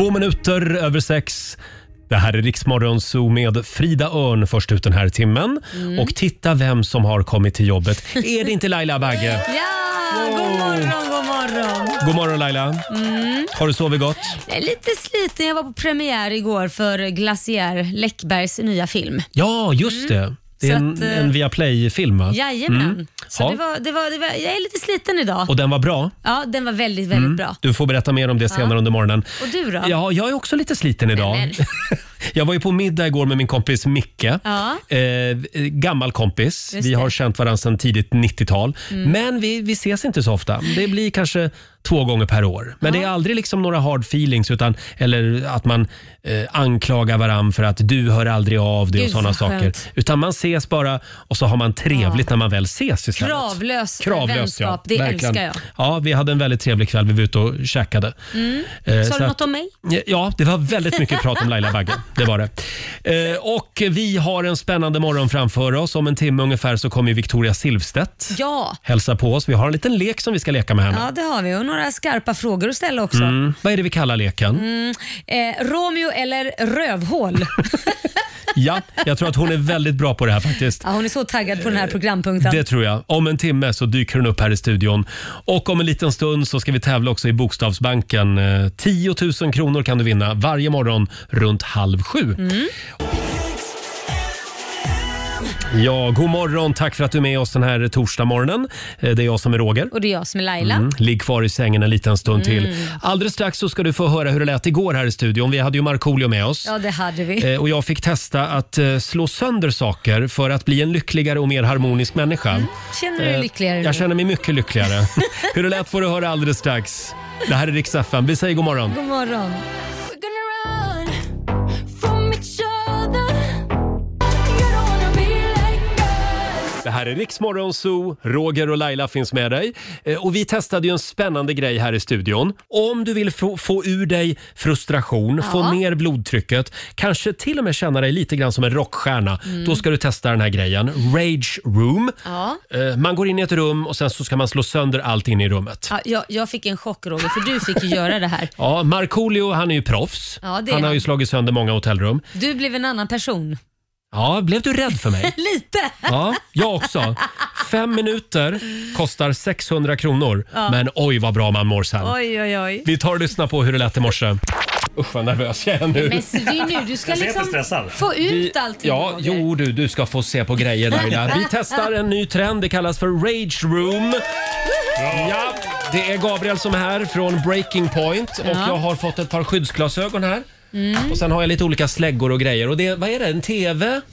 6:02. Det här är Riksmorgon Zoo med Frida Örn först ut den här timmen. Och titta vem som har kommit till jobbet. Är det inte Laila Bagge? Ja, god morgon. God morgon Laila. Har du sovit gott? Jag är lite sliten. Jag var på premiär igår för Glaciär Läckbergs nya film. Ja, just det. Det är en Viaplay-film, va? Jajamän. Så det var, jag är lite sliten idag. Och den var bra? Ja, den var väldigt, väldigt bra. Du får berätta mer om det senare under morgonen. Och du då? Ja, jag är också lite sliten idag. Jag var ju på middag igår med min kompis Micke. Ja. Gammal kompis. Vi har känt varandra sedan tidigt 90-tal. Men vi ses inte så ofta. Det blir kanske 2 gånger per år. Men det är aldrig liksom några hard feelings eller att man anklagar varandra för att du hör aldrig av det och sådana saker. Utan man ses bara och så har man trevligt när man väl ses istället. Kravlös vänskap, det verkligen. älskar jag. Ja, vi hade en väldigt trevlig kväll. Vi var ute och käkade. Sa du något om mig? Ja, det var väldigt mycket prat om Laila Bagge. Det var det. Och vi har en spännande morgon framför oss. Om en timme ungefär så kommer Victoria Silvstedt hälsa på oss. Vi har en liten lek som vi ska leka med henne. Ja, det har vi. Och några skarpa frågor att ställa också. Vad är det vi kallar leken? Romeo eller rövhål? Ja, jag tror att hon är väldigt bra på det här faktiskt. Ja, hon är så taggad på den här programpunkten. Det tror jag. Om en timme så dyker hon upp här i studion. Och om en liten stund så ska vi tävla också i Bokstavsbanken. 10 000 kronor kan du vinna varje morgon runt 6:30. Ja, god morgon. Tack för att du är med oss den här torsdagsmorgonen. Det är jag som är Roger. Och det är jag som är Laila. Ligg kvar i sängen en liten stund till. Alldeles strax så ska du få höra hur det lät igår här i studion. Vi hade ju Markoolio med oss. Ja, det hade vi. Och jag fick testa att slå sönder saker för att bli en lyckligare och mer harmonisk människa. Känner du dig lyckligare? Jag känner mig mycket lyckligare. Hur det lät får du höra alldeles strax. Det här är Rix FM. Vi säger god morgon. God morgon. Det här är Riksmorgon Zoo. Roger och Laila finns med dig. Och vi testade ju en spännande grej här i studion. Om du vill få ur dig frustration, få ner blodtrycket, kanske till och med känna dig lite grann som en rockstjärna, då ska du testa den här grejen. Rage Room. Man går in i ett rum och sen så ska man slå sönder allt in i rummet. Ja, jag fick en chock, Roger, för du fick ju göra det här. Ja, Markoolio, han är ju proffs. Ja, han har ju slagit sönder många hotellrum. Du blev en annan person. Ja, blev du rädd för mig? Lite. Ja, jag också. 5 minuter kostar 600 kronor. Men oj vad bra man mår sen. Oj. Vi tar och lyssnar på hur det lät i morse. Usch vad nervös jag är nu. Men det är nu du ska liksom få ut allting. Ja, jo du ska få se på grejer Laila. Vi testar en ny trend, det kallas för Rage Room. Ja, det är Gabriel som är här från Breaking Point. Och jag har fått ett par skyddsglasögon här. Och sen har jag lite olika släggor och grejer. Och det, vad är det? En TV?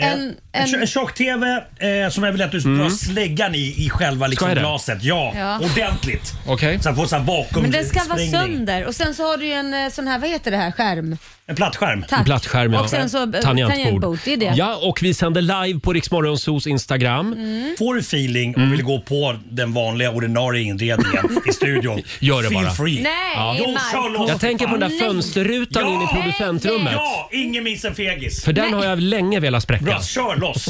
En tjock-TV som jag vill att du drar släggan i själva liksom glaset. Ja, ordentligt. Okej. Så får så här bakom. Men den ska vara sönder. Och sen så har du ju en sån här, vad heter det här, skärm? En plattskärm. En plattskärm, ja. Och sen så tangentbord. Det är det. Ja, och vi sänder live på Riksmorgon Zoos Instagram. Får du feeling och vill gå på den vanliga ordinarie inredningen i studion, gör det bara. Feel free. Nej, Mark. Jag tänker på den där fönsterrutan in i producentrummet. Ja, ingen miss en fegis. För den har jag länge velat spräcka. Bra, kör loss.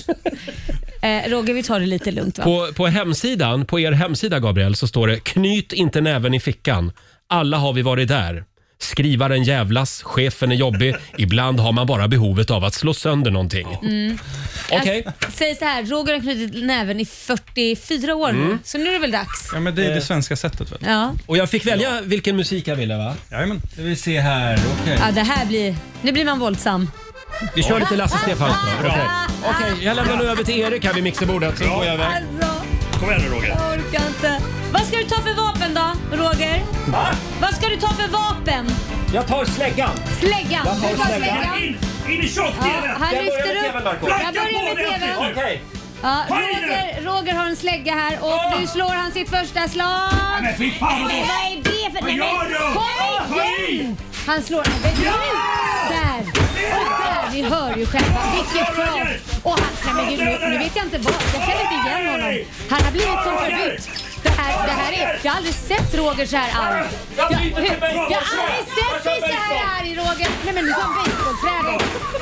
Roger, vi tar det lite lugnt, va? På hemsidan, på er hemsida Gabriel, så står det: knyt inte näven i fickan. Alla har vi varit där. Skrivaren jävlas, chefen är jobbig. Ibland har man bara behovet av att slå sönder någonting. Okej. Säg så här, Roger har knutit näven i 44 år nu. Så nu är det väl dags. Ja, men det är det svenska sättet väl? Ja. Och jag fick välja vilken musik jag ville, va? Jajamän. Det vill se här, okej. Ja, det här blir... Nu blir man våldsam. Vi kör lite Lasse Stefans då. Okej, jag lämnar nu över till Erik här vid mixerbordet. Så går jag iväg. Alltså, Kom igen nu Roger. jag orkar inte. Vad ska du ta för vapen då, Roger? Va? Vad ska du ta för vapen? Jag tar släggan. Släggan. Jag tar Du tar släggan. In i tjock-TV. Han Jag börjar lyfter med upp. TV:n, Marco. Jag börjar med TV:n. Okej. Ja, Roger har en slägga här och nu slår han sitt första slag. Men fy fan vad Vad är det för... Vad gör du? Kom igen! Han slår... Där! Och där! Ni hör ju själva. Vilket krav! Och han... Nej men gud, nu vet jag inte vad. Jag känner inte igen honom. Han har blivit som förut. Det här är... Jag har aldrig sett Roger så här arg. Jag har aldrig sett dig så här arg, Roger. Nej men nu kom basebollträdet.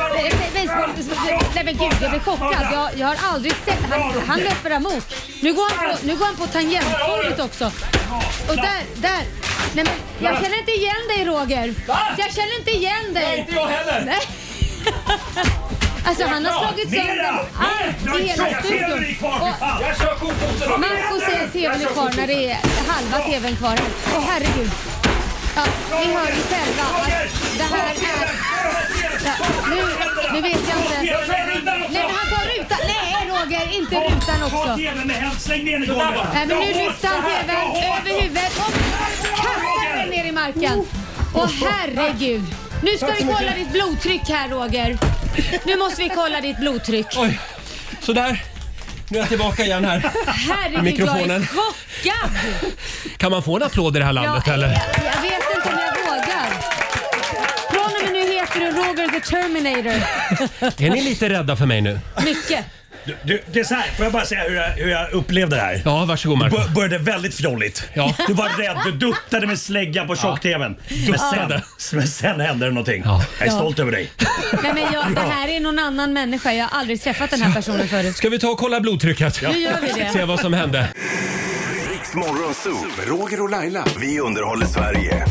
Nej men gud, jag blir chockad. Jag har aldrig sett... Han löper emot. Nu går han på tangentbordet också. Och där. Nej, men jag känner inte igen dig, Roger. Va? Jag känner inte igen dig. Nej, inte jag heller. Nej. Alltså han har slagit sönder allt i hela studion. Jag kör kofoten. Marco säger tvn är kvar när det är halva tvn kvar. Åh herregud. Ja, ni hör ju själva att det här är... Ja, nu vet jag inte. Nej, men han tar rutan. Nej, Roger, inte rutan också. Nej, men nu lyfter han tvn över huvudet och kastar den ner i marken. Åh herregud. Nu ska vi kolla ditt blodtryck här, Roger. Nu måste vi kolla ditt blodtryck. Oj, sådär. Nu är jag tillbaka igen här. Herregud, mikrofonen. jag är chockad. Kan man få en applåd i det här landet eller? Jag vet inte om jag vågar. Från och med nu heter du Roger the Terminator. Är ni lite rädda för mig nu? Mycket. Det är så här, får jag bara säga hur jag upplevde det här? Ja, varsågod Marco. Började väldigt fjolligt. Ja. Du var rädd, du duttade med släggan på tjock-tvn. Men sen hände det någonting. Ja. Jag är stolt över dig. Nej, men det här är någon annan människa. Jag har aldrig träffat den här personen förut. Ska vi ta och kolla blodtrycket? Nu gör vi det. Se vad som hände. Riks Morgonzoo med Roger och Laila. Vi underhåller Sverige.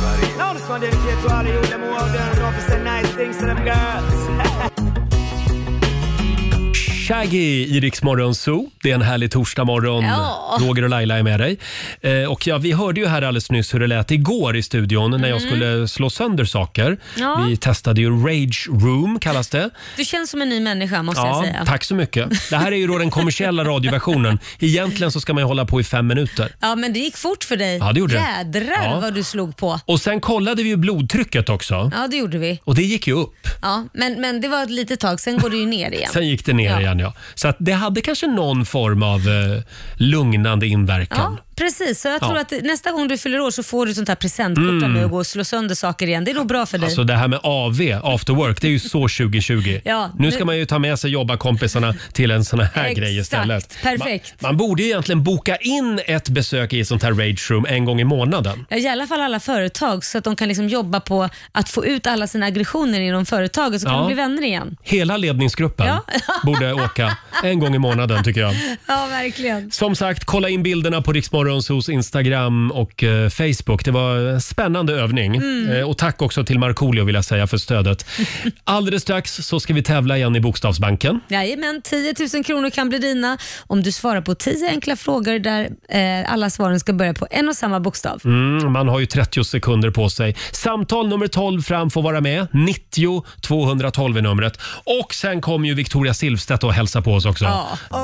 Shaggy i Riks Morgonzoo. Det är en härlig torsdagmorgon. Ja. Roger och Laila är med dig. Och ja, vi hörde ju här alldeles nyss hur det lät igår i studion när jag skulle slå sönder saker. Ja. Vi testade ju Rage Room, kallas det. Du känns som en ny människa, måste jag säga. Tack så mycket. Det här är ju då den kommersiella radioversionen. Egentligen så ska man ju hålla på i 5 minuter. Ja, men det gick fort för dig. Ja, det gjorde det. Jädrar vad du slog på. Och sen kollade vi ju blodtrycket också. Ja, det gjorde vi. Och det gick ju upp. Ja, men det var ett litet tag, sen går det ju ner igen. Sen gick det ner igen, ja. Så att det hade kanske någon form av lugnande inverkan. Ja, precis. Så jag tror att nästa gång du fyller år så får du sånt här presentkort av mig och gå och slå sönder saker igen. Det är nog bra för dig. Alltså det här med AV, after work, det är ju så 2020. Ja, nu ska man ju ta med sig jobbarkompisarna till en sån här grej istället. Perfekt. Man borde ju egentligen boka in ett besök i sånt här Rage Room en gång i månaden. Ja, i alla fall alla företag så att de kan liksom jobba på att få ut alla sina aggressioner inom företaget så kan de bli vänner igen. Hela ledningsgruppen borde åka en gång i månaden tycker jag. Ja, verkligen. Som sagt, kolla in bilderna på Riks Morgonzoos Instagram och Facebook. Det var en spännande övning. Och tack också till Markoolio vill jag säga för stödet. Alldeles strax så ska vi tävla igen i Bokstavsbanken. Jajamän, 10 000 kronor kan bli dina om du svarar på 10 enkla frågor där alla svaren ska börja på en och samma bokstav. Man har ju 30 sekunder på sig. Samtal nummer 12 fram får vara med. 90 212 är numret. Och sen kommer ju Victoria Silvstedt och hälsa på oss också. Ja.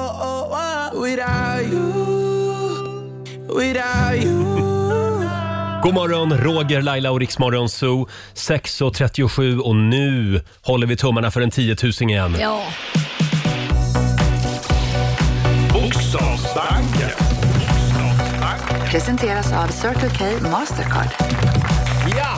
God morgon, Roger, Laila och Riks Morgonzoo. 6.37 och nu håller vi tummarna för en 10 000 igen. Ja. Bokstavsbanken. Presenteras av Circle K Mastercard. Ja!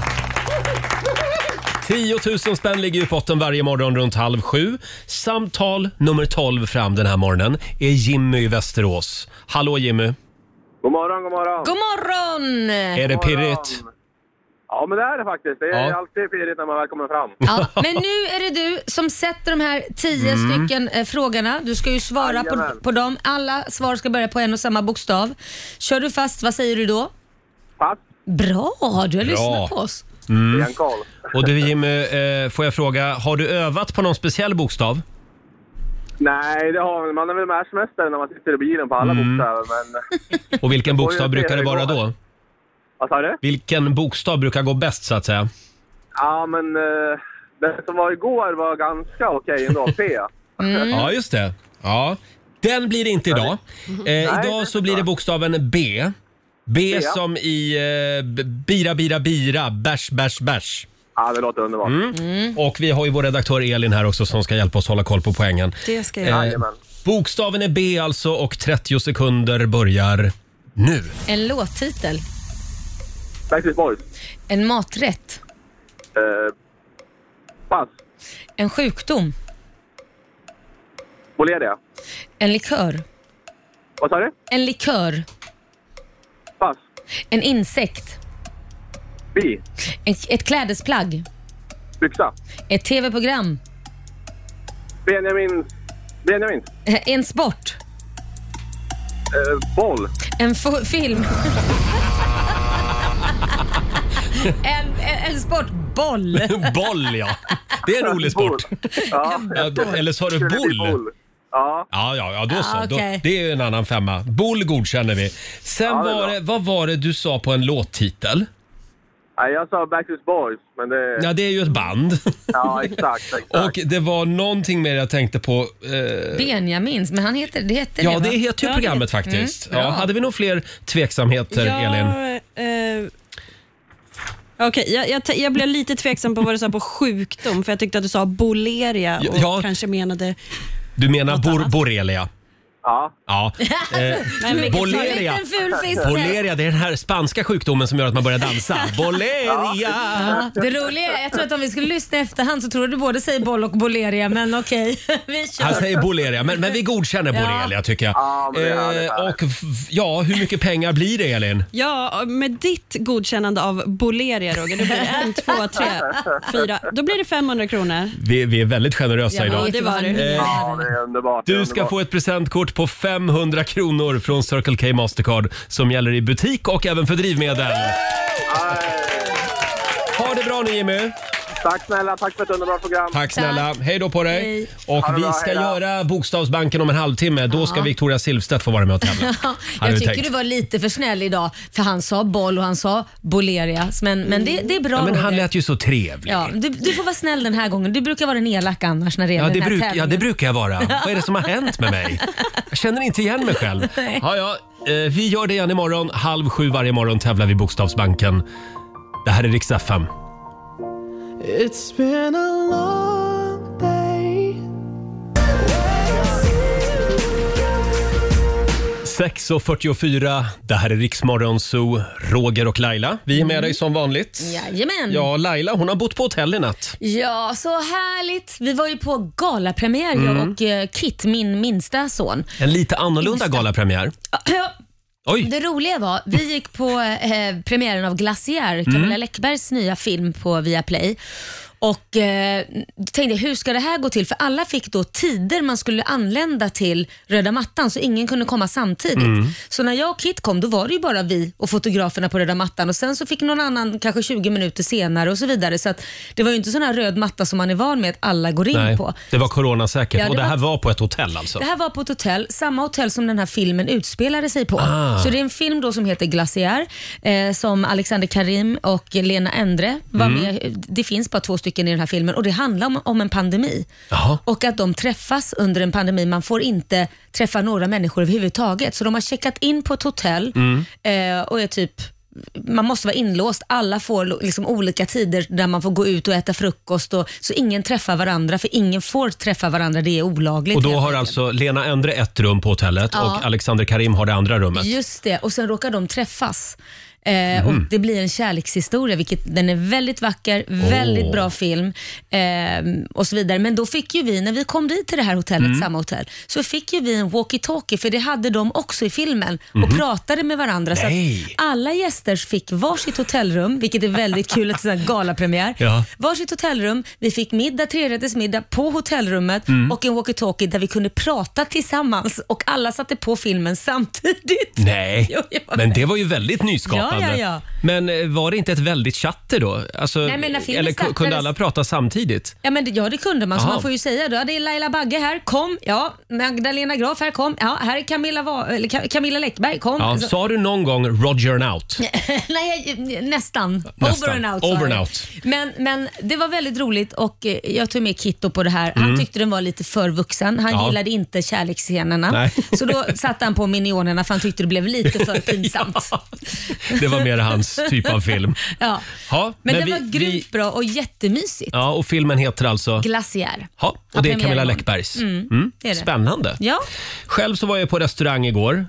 10 000 spänn ligger i potten varje morgon runt 6:30. Samtal nummer 12 fram den här morgonen är Jimmy i Västerås. Hallå Jimmy. God morgon, god morgon. God morgon! Är det pirrigt? Ja, men det är det faktiskt. Det är alltid pirrigt när man väl kommer fram. Ja, men nu är det du som sätter de här 10 stycken frågorna. Du ska ju svara på dem. Alla svar ska börja på en och samma bokstav. Kör du fast, vad säger du då? Pass. Bra, du har lyssnat på oss. Karl. Och du Jimmy, får jag fråga, har du övat på någon speciell bokstav? Nej, det har man är väl världsmästare när man sitter i bilen på alla bokstäver. Men... Och vilken bokstav brukar det vara då? Vad sa du? Vilken bokstav brukar gå bäst så att säga? Ja, men det som var igår var ganska okej ändå. P. Ja, just det. Ja. Den blir det inte idag. Idag så blir det bokstaven B. B som i bira, bira, bira, bärs, bärs, bärs. Ja, det låter underbart. Och vi har ju vår redaktör Elin här också som ska hjälpa oss hålla koll på poängen. Det ska jag. Bokstaven är B alltså och 30 sekunder börjar nu. En låttitel. Backstreet Boys. En maträtt. Pass. En sjukdom. Boleria. En likör. Vad sa du? En likör. Pass. En insekt. Bi. Ett klädesplagg. Byxa. Ett tv-program. Benjamin. En sport. Boll. En film. En sport. Boll. Boll, ja. Det är en rolig sport. Ja. Eller sa du boll? Ja. Ja, då så. Okay. Det är ju en annan femma. Boll godkänner vi. Sen vad var det du sa på en låttitel? Nej, jag sa Backstreet Boys, men det... Ja, det är ju ett band. Ja, exakt. Och det var någonting mer jag tänkte på. Benjamins, men det heter det, ja, va? det heter ju programmet faktiskt. Ja, hade vi nog fler tveksamheter, Elin? Okej, jag blev lite tveksam på vad du sa på sjukdom, för jag tyckte att du sa boleria och kanske menade... Du menar borrelia? Ja. Boleria. Boleria, det är den här spanska sjukdomen som gör att man börjar dansa. Boleria. Ja, det roliga, jag tror att om vi skulle lyssna efterhand så tror du både säger boll och boleria, men okej, vi kör. Han säger boleria, men vi godkänner borelia tycker jag. Ja, hur mycket pengar blir det, Elin? Ja, med ditt godkännande av boleria, Roger, då blir det 1, 2, 3, 4. Då blir det 500 kronor. Vi är väldigt generösa idag. Det var du. Ja, det är underbart. Du ska få ett presentkort på 500 kronor från Circle K Mastercard som gäller i butik och även för drivmedel. Ha det bra nu, Jimmy. Tack snälla, tack för ett underbart program. Tack snälla, hej då på dig. Hej. Och vi ska göra Bokstavsbanken om en halvtimme. Då ska Victoria Silvstedt få vara med och tävla. Jag tycker du var lite för snäll idag, för han sa boll och han sa boleria. Men det är bra. Ja, men han lät ju så trevlig. Ja, du får vara snäll den här gången. Du brukar vara den elak annars när det är den här tävlingen. Det brukar jag vara. Vad är det som har hänt med mig? Jag känner inte igen mig själv. Vi gör det igen imorgon. 6:30 varje morgon tävlar vi Bokstavsbanken. Det här är Rix FM. It's been a long day. 6:44. Det här är Rix Morgon Zoo, Roger och Laila. Vi är med dig som vanligt. Jajamän. Ja, Laila, hon har bott på hotell i natt. Ja, så härligt. Vi var ju på galapremiär, jag och Kit, min minsta son. En lite annorlunda galapremiär. Oj. Det roliga var, vi gick på premiären av Glaciär, Camilla Läckbergs nya film på Viaplay. Och tänkte, hur ska det här gå till? För alla fick då tider man skulle anlända till röda mattan, så ingen kunde komma samtidigt. Så när jag och Kit kom, då var det ju bara vi och fotograferna på röda mattan, och sen så fick någon annan kanske 20 minuter senare och så vidare. Så att det var ju inte sån här röd matta som man är van med att alla går in på. Det var coronasäkert. Ja, och det här var på ett hotell alltså? Det här var på ett hotell, samma hotell som den här filmen utspelade sig på. Så det är en film då som heter Glaciär, som Alexander Karim och Lena Endre var med. Det finns bara 2 stycken i den här filmen, och det handlar om en pandemi. Jaha. Och att de träffas under en pandemi. Man får inte träffa några människor överhuvudtaget. Så de har checkat in på ett hotell och är typ, man måste vara inlåst. Alla får liksom olika tider där man får gå ut och äta frukost, så ingen träffar varandra, för ingen får träffa varandra, det är olagligt. Och då har alltså Lena Endre ett rum på hotellet och Alexander Karim har det andra rummet. Just det, och sen råkar de träffas. Och det blir en kärlekshistoria, vilket den är väldigt vacker, väldigt bra film och så vidare. Men då fick ju vi, när vi kom dit till det här hotellet, samma hotell, så fick ju vi en walkie-talkie, för det hade de också i filmen, och pratade med varandra. Så att alla gäster fick varsitt hotellrum, vilket är väldigt kul, ett sånt här galapremiär. Varsitt hotellrum, vi fick middag, 3-rättersmiddag på hotellrummet och en walkie-talkie där vi kunde prata tillsammans, och alla satte på filmen samtidigt. Nej, men det var ju väldigt nyskapande. Ja. Men var det inte ett väldigt chatter då? Alltså, Nej, men eller kunde alla prata samtidigt? Ja, men det kunde man. Så man får ju säga då, det är Laila Bagge här, kom. Ja, Magdalena Graf här, kom. Ja, här är Camilla Läckberg, kom. Ja, sa du någon gång Roger and out? Nej, nästan. Over and out. Over and out. Men det var väldigt roligt, och jag tog med Kitto på det här. Han tyckte den var lite för vuxen. Han gillade inte kärleksscenerna. Nej. Så då satte han på Minionerna, för han tyckte det blev lite för pinsamt. Det var mer hans typ av film. Ja. Men det var grymt bra och jättemysigt. Ja, och filmen heter alltså Glaciär. Ja, och det är Camilla Läckbergs. Det är det. Spännande. Ja. Själv så var jag på restaurang igår.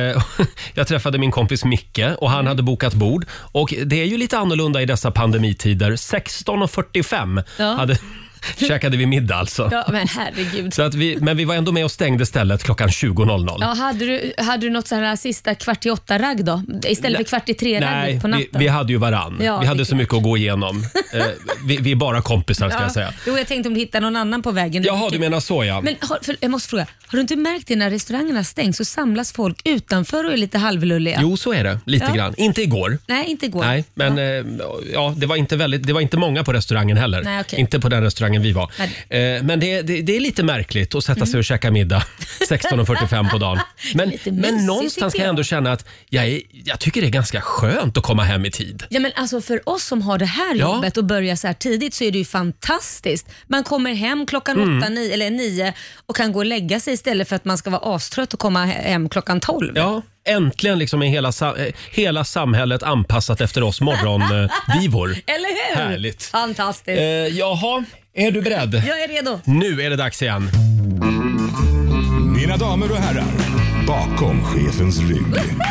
Jag träffade min kompis Micke och han hade bokat bord. Och det är ju lite annorlunda i dessa pandemitider. 16:45 käkade vi middag alltså. Ja, men herregud. Så att men vi var ändå med och stängde stället klockan 20.00. Ja, hade du något sån här sista 7:45-ragg då? Istället för 2:45 på natten? Nej, vi hade ju varann. Ja, vi hade så mycket att gå igenom. Vi är bara kompisar ska jag säga. Jo, jag tänkte om du hittar någon annan på vägen. Jaha, du menar så ja. Men jag måste fråga, har du inte märkt det när restaurangerna stängs så samlas folk utanför och är lite halvlulliga? Jo, så är det. Lite grann. Inte igår. Nej, inte igår. Nej, men det var inte många på restaurangen heller. Nej, okay. Inte på den restaurangen vi var. Men det är lite märkligt att sätta sig och käka middag 16:45 på dagen. Men någonstans kan jag ändå känna att jag tycker det är ganska skönt att komma hem i tid. Ja, men alltså för oss som har det här jobbet och börjar så här tidigt så är det ju fantastiskt. Man kommer hem klockan 8, 9 eller 9 och kan gå och lägga sig istället för att man ska vara astrött och komma hem klockan 12. Ja, äntligen liksom är hela samhället anpassat efter oss morgondivor. Eller hur? Härligt. Fantastiskt. Jaha, är du beredd? Jag är redo. Nu är det dags igen. Mina damer och herrar, bakom chefens rygg.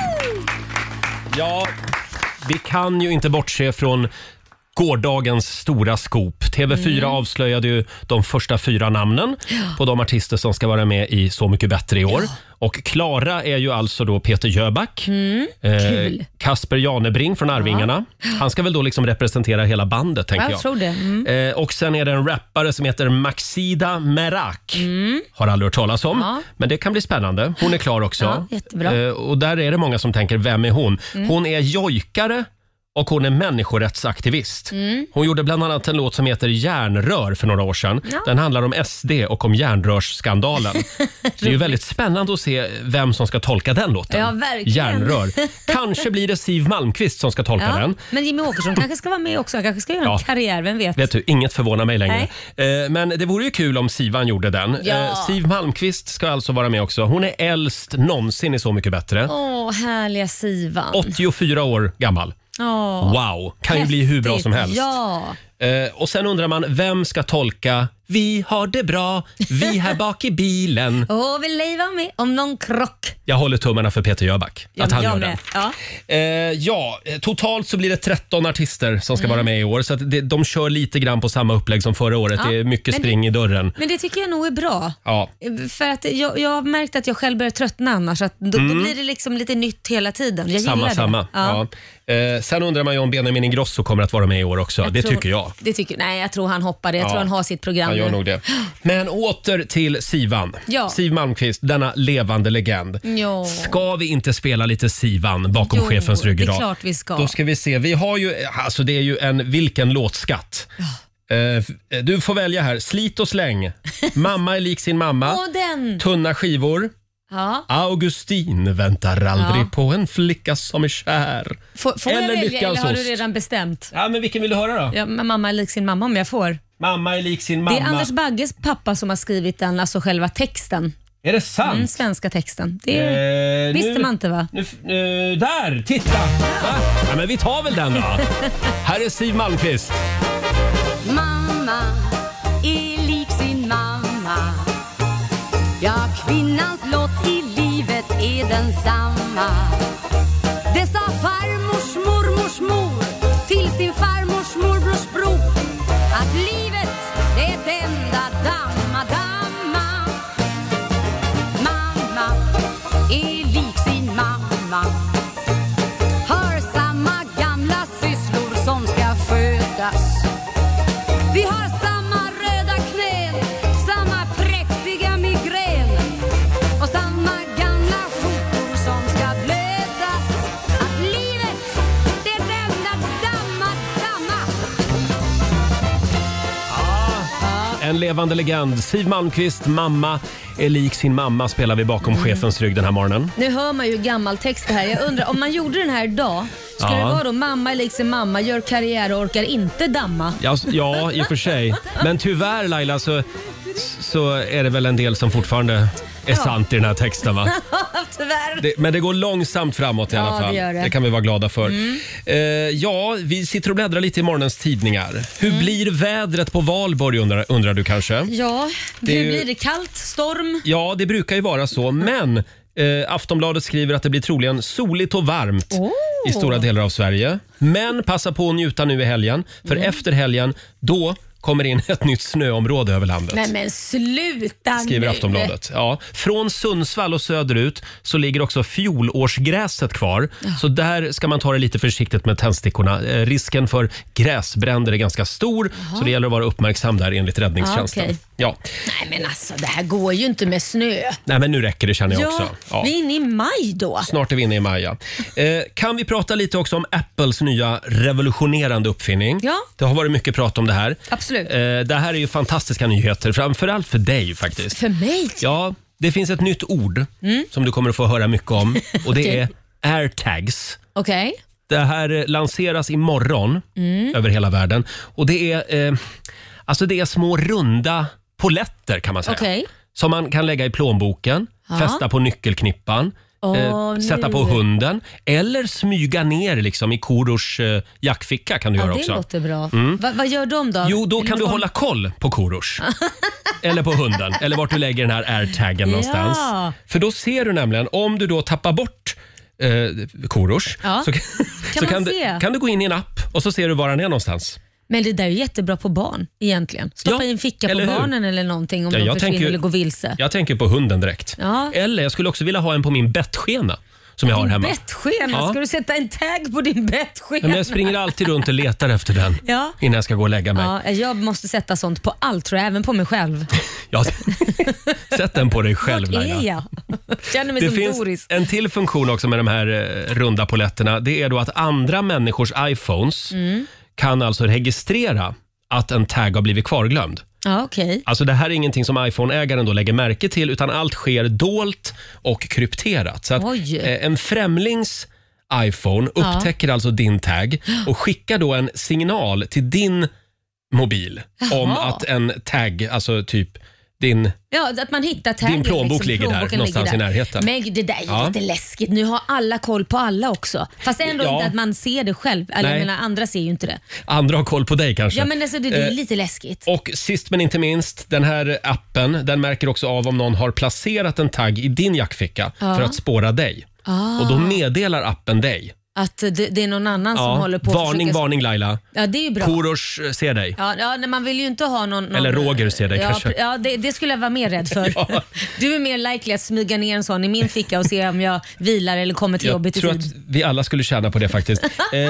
Ja, vi kan ju inte bortse från gårdagens stora scoop. TV4 avslöjade ju de första 4 namnen på de artister som ska vara med i Så mycket bättre i år. Och Klara är ju alltså då Peter Jöback. Kul. Kasper Janebring från Arvingarna. Han ska väl då liksom representera hela bandet, tänker jag. Jag tror det. Och sen är det en rappare som heter Maxida Merak. Har aldrig hört talas om. Ja. Men det kan bli spännande. Hon är klar också. Ja, jättebra. Och där är det många som tänker, vem är hon? Hon är jojkare och hon är människorättsaktivist. Hon gjorde bland annat en låt som heter Järnrör för några år sedan. Ja. Den handlar om SD och om järnrörsskandalen. Det är ju väldigt spännande att se vem som ska tolka den låten. Ja, verkligen. Järnrör. Kanske blir det Siv Malmkvist som ska tolka den. Men Jimmy Åkesson kanske ska vara med också. Han kanske ska göra en karriär, vem vet? Vet du, inget förvånar mig längre. Men det vore ju kul om Sivan gjorde den. Ja. Siv Malmkvist ska alltså vara med också. Hon är äldst någonsin i Så mycket bättre. Härliga Sivan. 84 år gammal. Wow, kan ju bli hur bra som helst. Ja. Och sen undrar man, vem ska tolka Vi har det bra, vi här bak i bilen. Och vill Leif vara med om någon krock? Jag håller tummarna för Peter Jöback. Att han gör det. Ja. Totalt så blir det 13 artister som ska vara med i år. Så att de kör lite grann på samma upplägg som förra året. Det är mycket spring i dörren. Men det tycker jag nog är bra. Ja. För att jag har märkt att jag själv börjar tröttna annars. Att då blir det liksom lite nytt hela tiden. Jag gillar det. Samma. Ja. Sen undrar man ju om Benjamin Ingrosso kommer att vara med i år också. Tycker jag. Nej, jag tror han hoppar det. Jag tror han har sitt program. Han gör nog det. Men åter till Sivan. Ja. Siv Malmkvist, denna levande legend. Jo. Ska vi inte spela lite Sivan bakom chefens rygg idag? Det är klart vi ska. Då ska vi se. Vi har ju, alltså det är ju vilken låtskatt. Du får välja här. Slit och släng. Mamma är lik sin mamma. Den. Tunna skivor. Ja. Augustin väntar aldrig på en flicka som är kär. Får jag välja eller har du redan bestämt? Ja, men vilken vill du höra då? Ja, mamma är lik sin mamma om jag får. Mamma är lik sin mamma. Det är Anders Bagges pappa som har skrivit den, alltså själva texten. Är det sant? Svenska texten. Det visste man inte, va? Där, titta! Ja, men vi tar väl den då. Här är Siv Malmkvist. Mamma är lik sin mamma. Ja, kvinnans lott i livet är densamma. Det sa farmors mormors mor till sin farmors morbrors bror. Att livet är ett enda damma. Mamma är lik sin mamma. Har samma gamla sysslor som ska skötas. Vi har samma röda knän, samma präktiga migrän och samma gamla skjortor som ska blötas. Att livet, det är ett enda damma. En levande legend. Siv Malmkvist, mamma är lik sin mamma, spelar vi bakom chefens rygg den här morgonen. Nu hör man ju gammal text här. Jag undrar, om man gjorde den här idag, skulle det vara då mamma är lik sin mamma, gör karriär och orkar inte damma? Ja, i och för sig. Men tyvärr Laila så är det väl en del som fortfarande är sant i den här texten, va? Tyvärr. Men det går långsamt framåt i alla fall. Det gör det. Det kan vi vara glada för. Vi sitter och bläddrar lite i morgonens tidningar. Hur blir vädret på Valborg undrar du kanske? Ja, hur blir det? Kallt? Storm? Ja, det brukar ju vara så. Men Aftonbladet skriver att det blir troligen soligt och varmt i stora delar av Sverige. Men passa på att njuta nu i helgen. För efter helgen, då kommer in ett nytt snöområde över landet. Nej men sluta skriver nu. Aftonbladet. Ja. Från Sundsvall och söderut så ligger också fjolårsgräset kvar. Så där ska man ta det lite försiktigt med tändstickorna. Risken för gräsbränder är ganska stor. Så det gäller att vara uppmärksam där enligt räddningstjänsten. Okay. Ja. Nej men alltså det här går ju inte med snö. Nej men nu räcker det känner jag också. Ja, vi är inne i maj då. Snart är vi inne i maj, ja. Kan vi prata lite också om Apples nya revolutionerande uppfinning? Ja. Det har varit mycket prat om det här. Absolut. Det här är ju fantastiska nyheter, framförallt för dig faktiskt. För mig? Ja, det finns ett nytt ord som du kommer att få höra mycket om och det är AirTags. Okej. Det här lanseras imorgon över hela världen och det är, alltså det är små runda poletter kan man säga. Okej. Som man kan lägga i plånboken, fästa på nyckelknippan, sätta på hunden eller smyga ner liksom i Korosh jackficka kan du göra också. Det låter bra. Vad gör de då? Jo, då kan du hålla koll på Korosh. Eller på hunden, eller vart du lägger den här AirTaggen någonstans. För då ser du nämligen, om du då tappar bort Korosh så kan du gå in i en app och så ser du var han är någonstans. Men det där är jättebra på barn egentligen. Stoppa i en ficka på barnen eller någonting om de försvinner eller går vilse. Jag tänker på hunden direkt. Ja. Eller jag skulle också vilja ha en på min bettskena som jag har hemma. Bettskena? Ja. Ska du sätta en tag på din bettskena? Men jag springer alltid runt och letar efter den innan jag ska gå och lägga mig. Ja, jag måste sätta sånt på allt tror jag, även på mig själv. Ja, sätt den på dig själv Laila. Vart är jag? Känner mig det som finns Doris. En till funktion också med de här runda poletterna. Det är då att andra människors iPhones kan alltså registrera att en tag har blivit kvarglömd. Ja, okay. Alltså det här är ingenting som iPhone-ägaren då lägger märke till utan allt sker dolt och krypterat. Så att en främlings iPhone upptäcker alltså din tag och skickar då en signal till din mobil om att en tag, alltså typ din... Ja, att man hittar taggen. Din plånbok ligger där, någonstans i närheten. Men det där är lite läskigt. Nu har alla koll på alla också. Fast ändå inte att man ser det själv. Eller jag menar, andra ser ju inte det. Andra har koll på dig kanske. Ja, men alltså, det är lite läskigt. Och sist men inte minst, den här appen, den märker också av om någon har placerat en tagg i din jackficka för att spåra dig. Och då meddelar appen dig. Att det är någon annan som håller på Varning Laila. Ja, det är ju bra. Korosh ser dig. Ja, man vill ju inte ha någon... Eller Roger ser dig kanske. Ja, det skulle jag vara mer rädd för. Du är mer likely att smyga ner en sån i min ficka och se om jag vilar eller kommer till jobbet i tid. Jag tror att vi alla skulle tjäna på det faktiskt.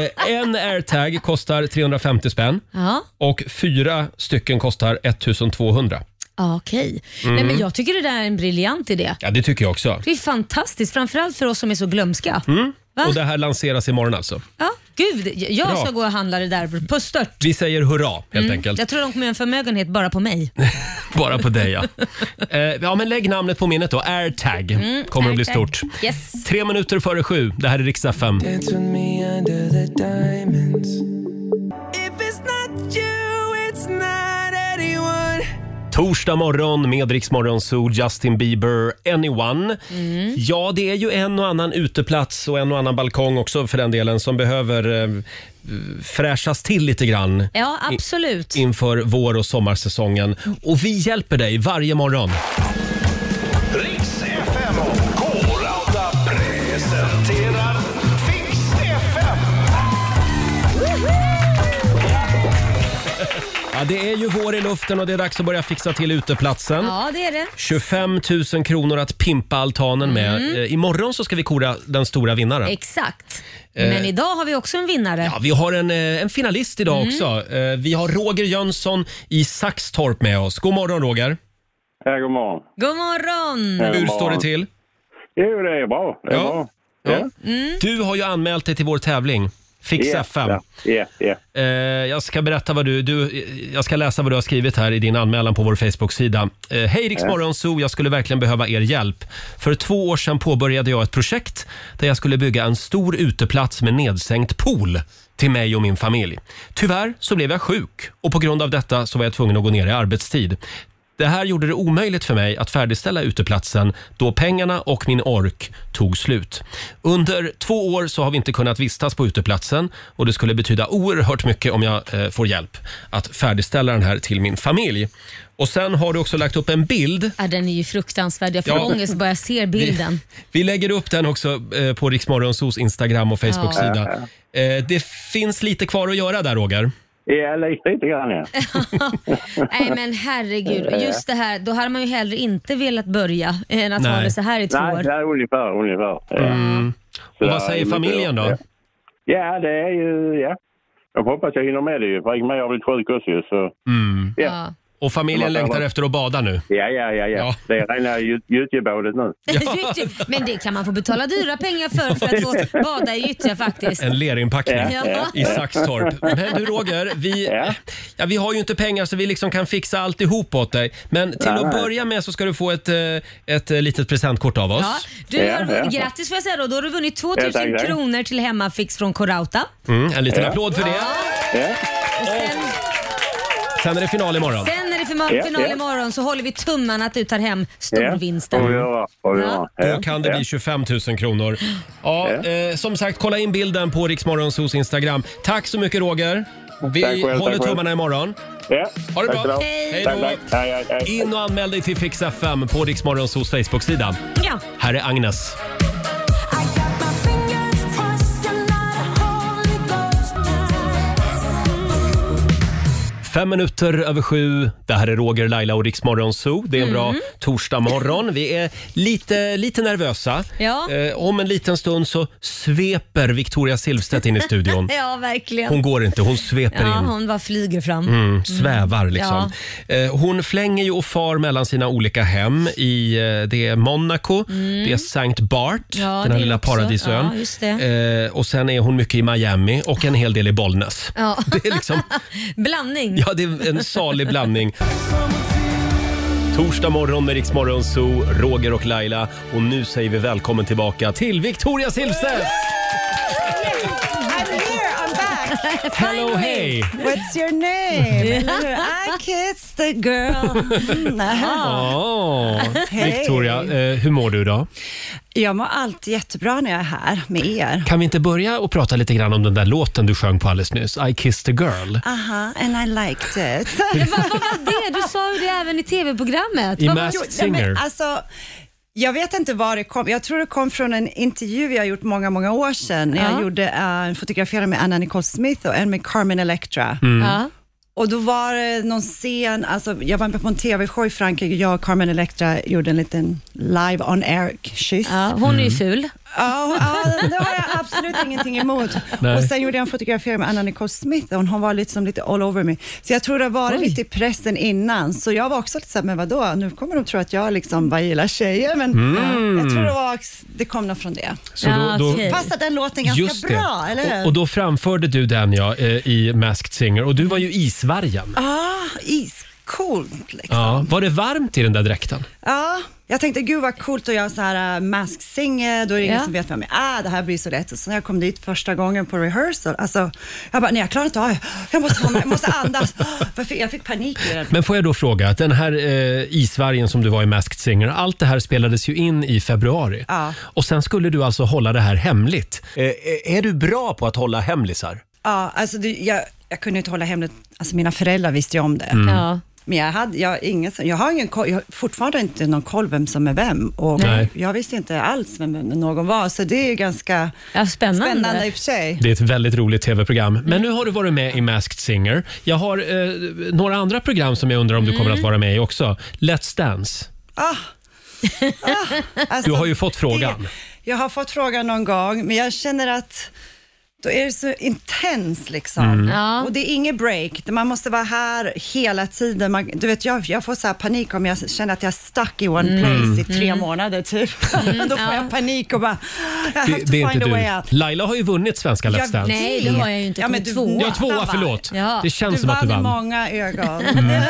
En AirTag kostar 350 spänn och 4 stycken kostar 1200. Okej. Nej, men jag tycker det där är en briljant idé. Ja, det tycker jag också. Det är fantastiskt, framförallt för oss som är så glömska. Och det här lanseras imorgon alltså. Ja, gud. Jag ska gå och handla det där på stört. Vi säger hurra helt enkelt. Jag tror de kommer göra en förmögenhet bara på mig. Bara på dig, ja. Ja, men lägg namnet på minnet då. AirTag kommer att bli stort. Yes. 3 minuter före 7. Det här är Rix FM. Torsdag morgon med Rix Morgon Zoo, Justin Bieber, Anyone. Ja, det är ju en och annan uteplats och en och annan balkong också för den delen som behöver fräschas till lite grann. Ja, absolut. Inför vår- och sommarsäsongen. Och vi hjälper dig varje morgon. Rix FM och K-Rauta presenterar Fix FM. Ja, det är ju vår i luften och det är dags att börja fixa till uteplatsen. Ja, det är det. 25 000 kronor att pimpa altanen med. Imorgon så ska vi kora den stora vinnaren. Exakt. Men idag har vi också en vinnare. Ja, vi har en finalist idag också. Vi har Roger Jönsson i Saxtorp med oss. God morgon Roger. Ja, god morgon. God morgon. Hur står det till? Jo, det är bra. Det är bra. Ja. Du har ju anmält dig till vår tävling. Fix FM. Jag ska berätta vad jag ska läsa vad du har skrivit här i din anmälan på vår Facebook-sida. Hej Rix Morgon Zoo, jag skulle verkligen behöva er hjälp. För 2 år sedan påbörjade jag ett projekt där jag skulle bygga en stor uteplats med nedsänkt pool till mig och min familj. Tyvärr så blev jag sjuk och på grund av detta så var jag tvungen att gå ner i arbetstid. Det här gjorde det omöjligt för mig att färdigställa uteplatsen då pengarna och min ork tog slut. Under 2 år så har vi inte kunnat vistas på uteplatsen och det skulle betyda oerhört mycket om jag får hjälp att färdigställa den här till min familj. Och sen har du också lagt upp en bild. Ja, den är ju fruktansvärd. Jag får ångest bara jag ser bilden. Vi lägger upp den också på Rix Morgon Zoos Instagram och Facebook-sida. Det finns lite kvar att göra där, Roger. Ja, lite grann, ja. Nej men herregud, just det här, då hade man ju hellre inte velat börja än att ha det så här i 2 år. Nej, ungefär. Och vad säger familjen då? Ja, det är ju, jag hoppas jag hinner med det ju, för jag har blivit sjuk också ju, så. Ja. Och familjen längtar efter att bada nu. Ja. Det är rena gyttjebådet nu. Men det kan man få betala dyra pengar för att få bada i gyttja faktiskt. En lerinpackning i Saxtorp. Men du Roger, vi har ju inte pengar så vi liksom kan fixa alltihop åt dig. Men till att börja med så ska du få ett litet presentkort av oss. Grattis får jag säga då har du vunnit 2000 kronor till Hemmafix från Corauta. En liten applåd för det. Sen är det final imorgon. Final imorgon så håller vi tummarna att du tar hem storvinsten. Då kan det bli 25 000 kronor. Som sagt, kolla in bilden på Riksmorgonsos Instagram. Tack så mycket Roger. Vi håller tummarna imorgon. Ha det bra. Hej då. In och anmäl dig till Fix FM på Riksmorgonsos Facebook-sida. Här är Agnes. 5:05. Det här är Roger, Laila och Riksmorgon Zoo. Det är en bra torsdag morgon. Vi är lite nervösa. Om en liten stund så sveper Victoria Silvstedt in i studion. Ja, verkligen. Hon går inte, hon sveper in. Hon bara flyger fram. Svävar liksom. Hon flänger ju och far mellan sina olika hem i det är Monaco, det är Saint Bart, den här lilla paradisön. Och sen är hon mycket i Miami och en hel del i Bollnäs. Det är liksom blandning. Ja, det är en salig blandning. Torsdag morgon med Riksmorgon Zoo, Roger och Laila. Och nu säger vi välkommen tillbaka till Victoria Silvstedt! I'm here, I'm back. Hello, hey. What's your name? I kissed the girl. Victoria, hur mår du då? Jag mår alltid jättebra när jag är här med er. Kan vi inte börja och prata lite grann om den där låten du sjöng på alldeles nyss? I kissed a girl. And I liked it. Vad var det? Du sa ju det även i tv-programmet. I Masked Singer. Jag vet inte var det kom. Jag tror det kom från en intervju jag gjort många år sedan. Jag gjorde fotograferade med Anna Nicole Smith och en med Carmen Electra. Och då var det någon scen, jag var med på en tv-show i Frankrike, jag och Carmen Electra gjorde en liten live on air-kyss. Hon är ju ful. Ja, det har jag absolut ingenting emot. Och sen gjorde jag en fotografering med Anna Nicole Smith och hon var lite all over me. Så jag tror det var lite i pressen innan. Så jag var också lite såhär, men vadå? Nu kommer de tro att jag liksom bara gillar tjejer. Men jag tror det kom nog från det. Så då passade den låten ganska bra, eller hur? Och då framförde du den i Masked Singer. Och du var ju isvargen. Iscoolt liksom. Ja, var det varmt i den där dräkten? Ja. Jag tänkte, gud vad coolt att göra så här Masked Singer, då är det ingen som vet vem jag är. Det här blir så lätt. Och så när jag kom dit första gången på rehearsal, jag bara, nej jag klarar inte av, jag måste andas. Jag fick panik i den. Men får jag då fråga, att den här isvargen som du var i Masked Singer, allt det här spelades ju in i februari. Och sen skulle du alltså hålla det här hemligt. Är du bra på att hålla hemlisar? Ja, jag kunde inte hålla hemligt, mina föräldrar visste ju om det. Men jag har fortfarande inte någon koll vem som är vem. Och jag visste inte alls vem någon var. Så det är ganska spännande i och för sig. Det är ett väldigt roligt tv-program. Men nu har du varit med i Masked Singer. Jag har några andra program som jag undrar om du kommer att vara med i också. Let's Dance. Du har ju fått frågan. Jag har fått frågan någon gång. Men jag känner att då är det så intens liksom. Och det är inget break. Man måste vara här hela tiden. Du vet, jag får så här panik om jag känner att jag är stuck i one place i 3 månader typ. Då får jag panik och bara I have to find a way out. Laila har ju vunnit svenska Let's Dance. Nej, det har jag ju inte. Ja, men tvåa, förlåt. Det känns som att du vann. Du vann i många ögon.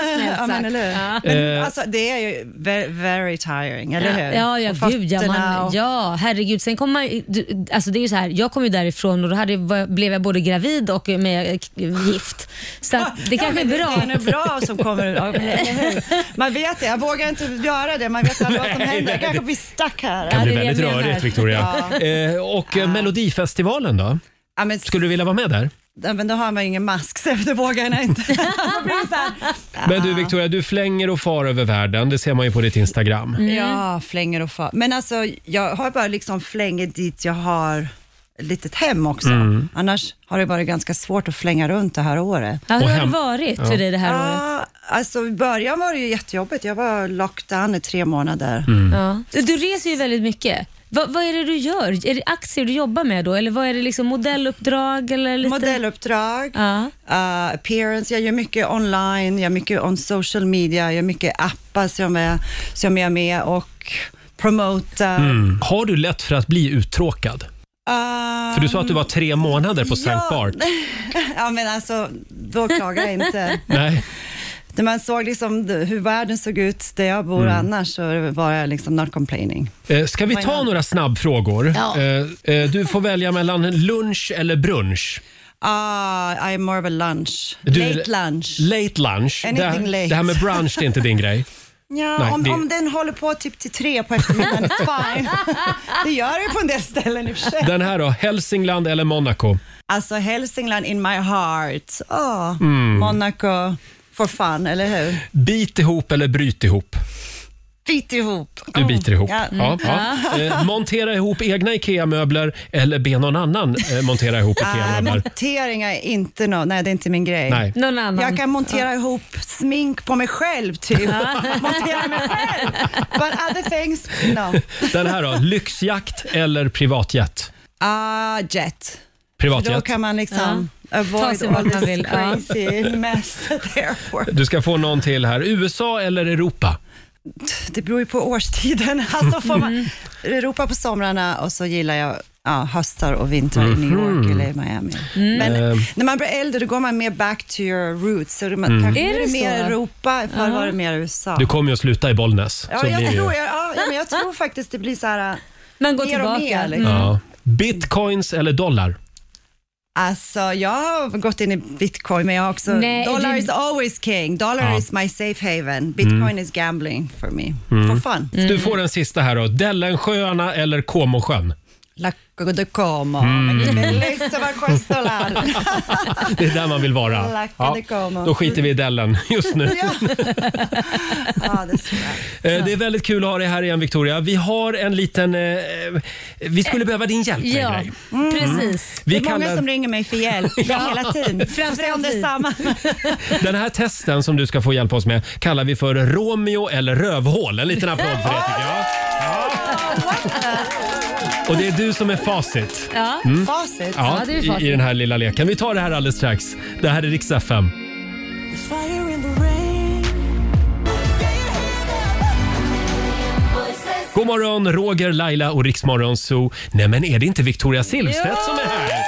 Men det är ju very tiring, eller hur? Ja, herregud. Sen kommer man, det är ju så här, jag kom ju därifrån och då blev jag både gravid och med gift. Så det kanske är bra. Det är bra som kommer. Man vet det, jag vågar inte göra det. Man vet vad som händer. Jag kanske blir stack här. Det kan bli väldigt rörigt, Victoria. Och Melodifestivalen då? Skulle du vilja vara med där? Men då har man ingen mask, så det vågar jag inte. Men du Victoria, du flänger och far över världen. Det ser man ju på ditt Instagram. Ja, flänger och far. Men jag har bara liksom flänger dit jag har litet hem också. Annars har det varit ganska svårt att flänga runt det här året. Ja, hur har det varit för dig det här året? Alltså i början var det ju jättejobbigt. Jag var lockdown i 3 månader. Ja. Du reser ju väldigt mycket. Vad är det du gör? Är det aktier du jobbar med då? Eller vad är det liksom modelluppdrag? Eller lite? Modelluppdrag, appearance. Jag gör mycket online, jag gör mycket on social media, jag gör mycket appar som jag är med och promota. Har du lätt för att bli uttråkad? För du sa att du var 3 månader på St. Bart. Ja, men alltså, då klagar jag inte. Nej. När man såg liksom hur världen såg ut där jag bor annars, så var jag liksom not complaining. Ska vi ta några snabbfrågor? Ja. Du får välja mellan lunch eller brunch. I am more of a lunch. Late lunch. Late lunch. Det här med brunch, det är inte din grej. Ja, nej, om den håller på typ till 3 på eftermiddagen, it's fine. Det gör det på en del ställen i och för sig. Den här då, Hälsingland eller Monaco? Alltså Hälsingland in my heart. Monaco for fun, eller hur? Bit ihop eller bryt ihop? Bit ihop. Du biter ihop. Ja. Montera ihop egna IKEA-möbler eller be någon annan montera ihop IKEA-möbler? Montering är inte nej, det är inte min grej. Nej. Någon annan. Jag kan montera ihop smink på mig själv typ. Montera mig själv. But other things, no. Den här då, lyxjakt eller privatjet? Jet. Privatjet. Då kan man liksom avoid all this crazy mess at the airport. Du ska få någon till här. USA eller Europa? Det beror ju på årstiden. Alltså får man Europa på somrarna och så gillar jag höstar och vintrar i New York eller Miami. Men när man blir äldre då går man mer back to your roots. Så man kanske är det mer Europa, för var det mer USA. Du kommer ju att sluta i Bollnäs. Ja, jag tror faktiskt det blir så här man går mer tillbaka. och mer. Liksom. Bitcoins eller dollar? Alltså, jag har gått in i bitcoin, men jag har också... dollar is always king. Dollar is my safe haven. Bitcoin is gambling for me. For fun. Du får den sista här då. Dellensjöarna eller Comosjön? Lago de Como. Bellissima quest'olare. Det är där man vill vara. Lago de Como. Då skiter vi i Dellen just nu. Det är väldigt kul att ha dig här igen, Victoria. Vi har en liten... vi skulle behöva din hjälp med en grej. Precis. Det är många som ringer mig för hjälp hela tiden. Framför om det är samma. Den här testen som du ska få hjälpa oss med kallar vi för Romeo eller rövhål. En liten applåd för det tycker jag. Och det är du som är facit. Facit? Ja, det är facit. I den här lilla leken. Vi tar det här alldeles strax. Det här är Rix FM. God morgon, Roger, Laila och Rix Morgon Zoo. Nej, men är det inte Victoria Silvstedt som är här?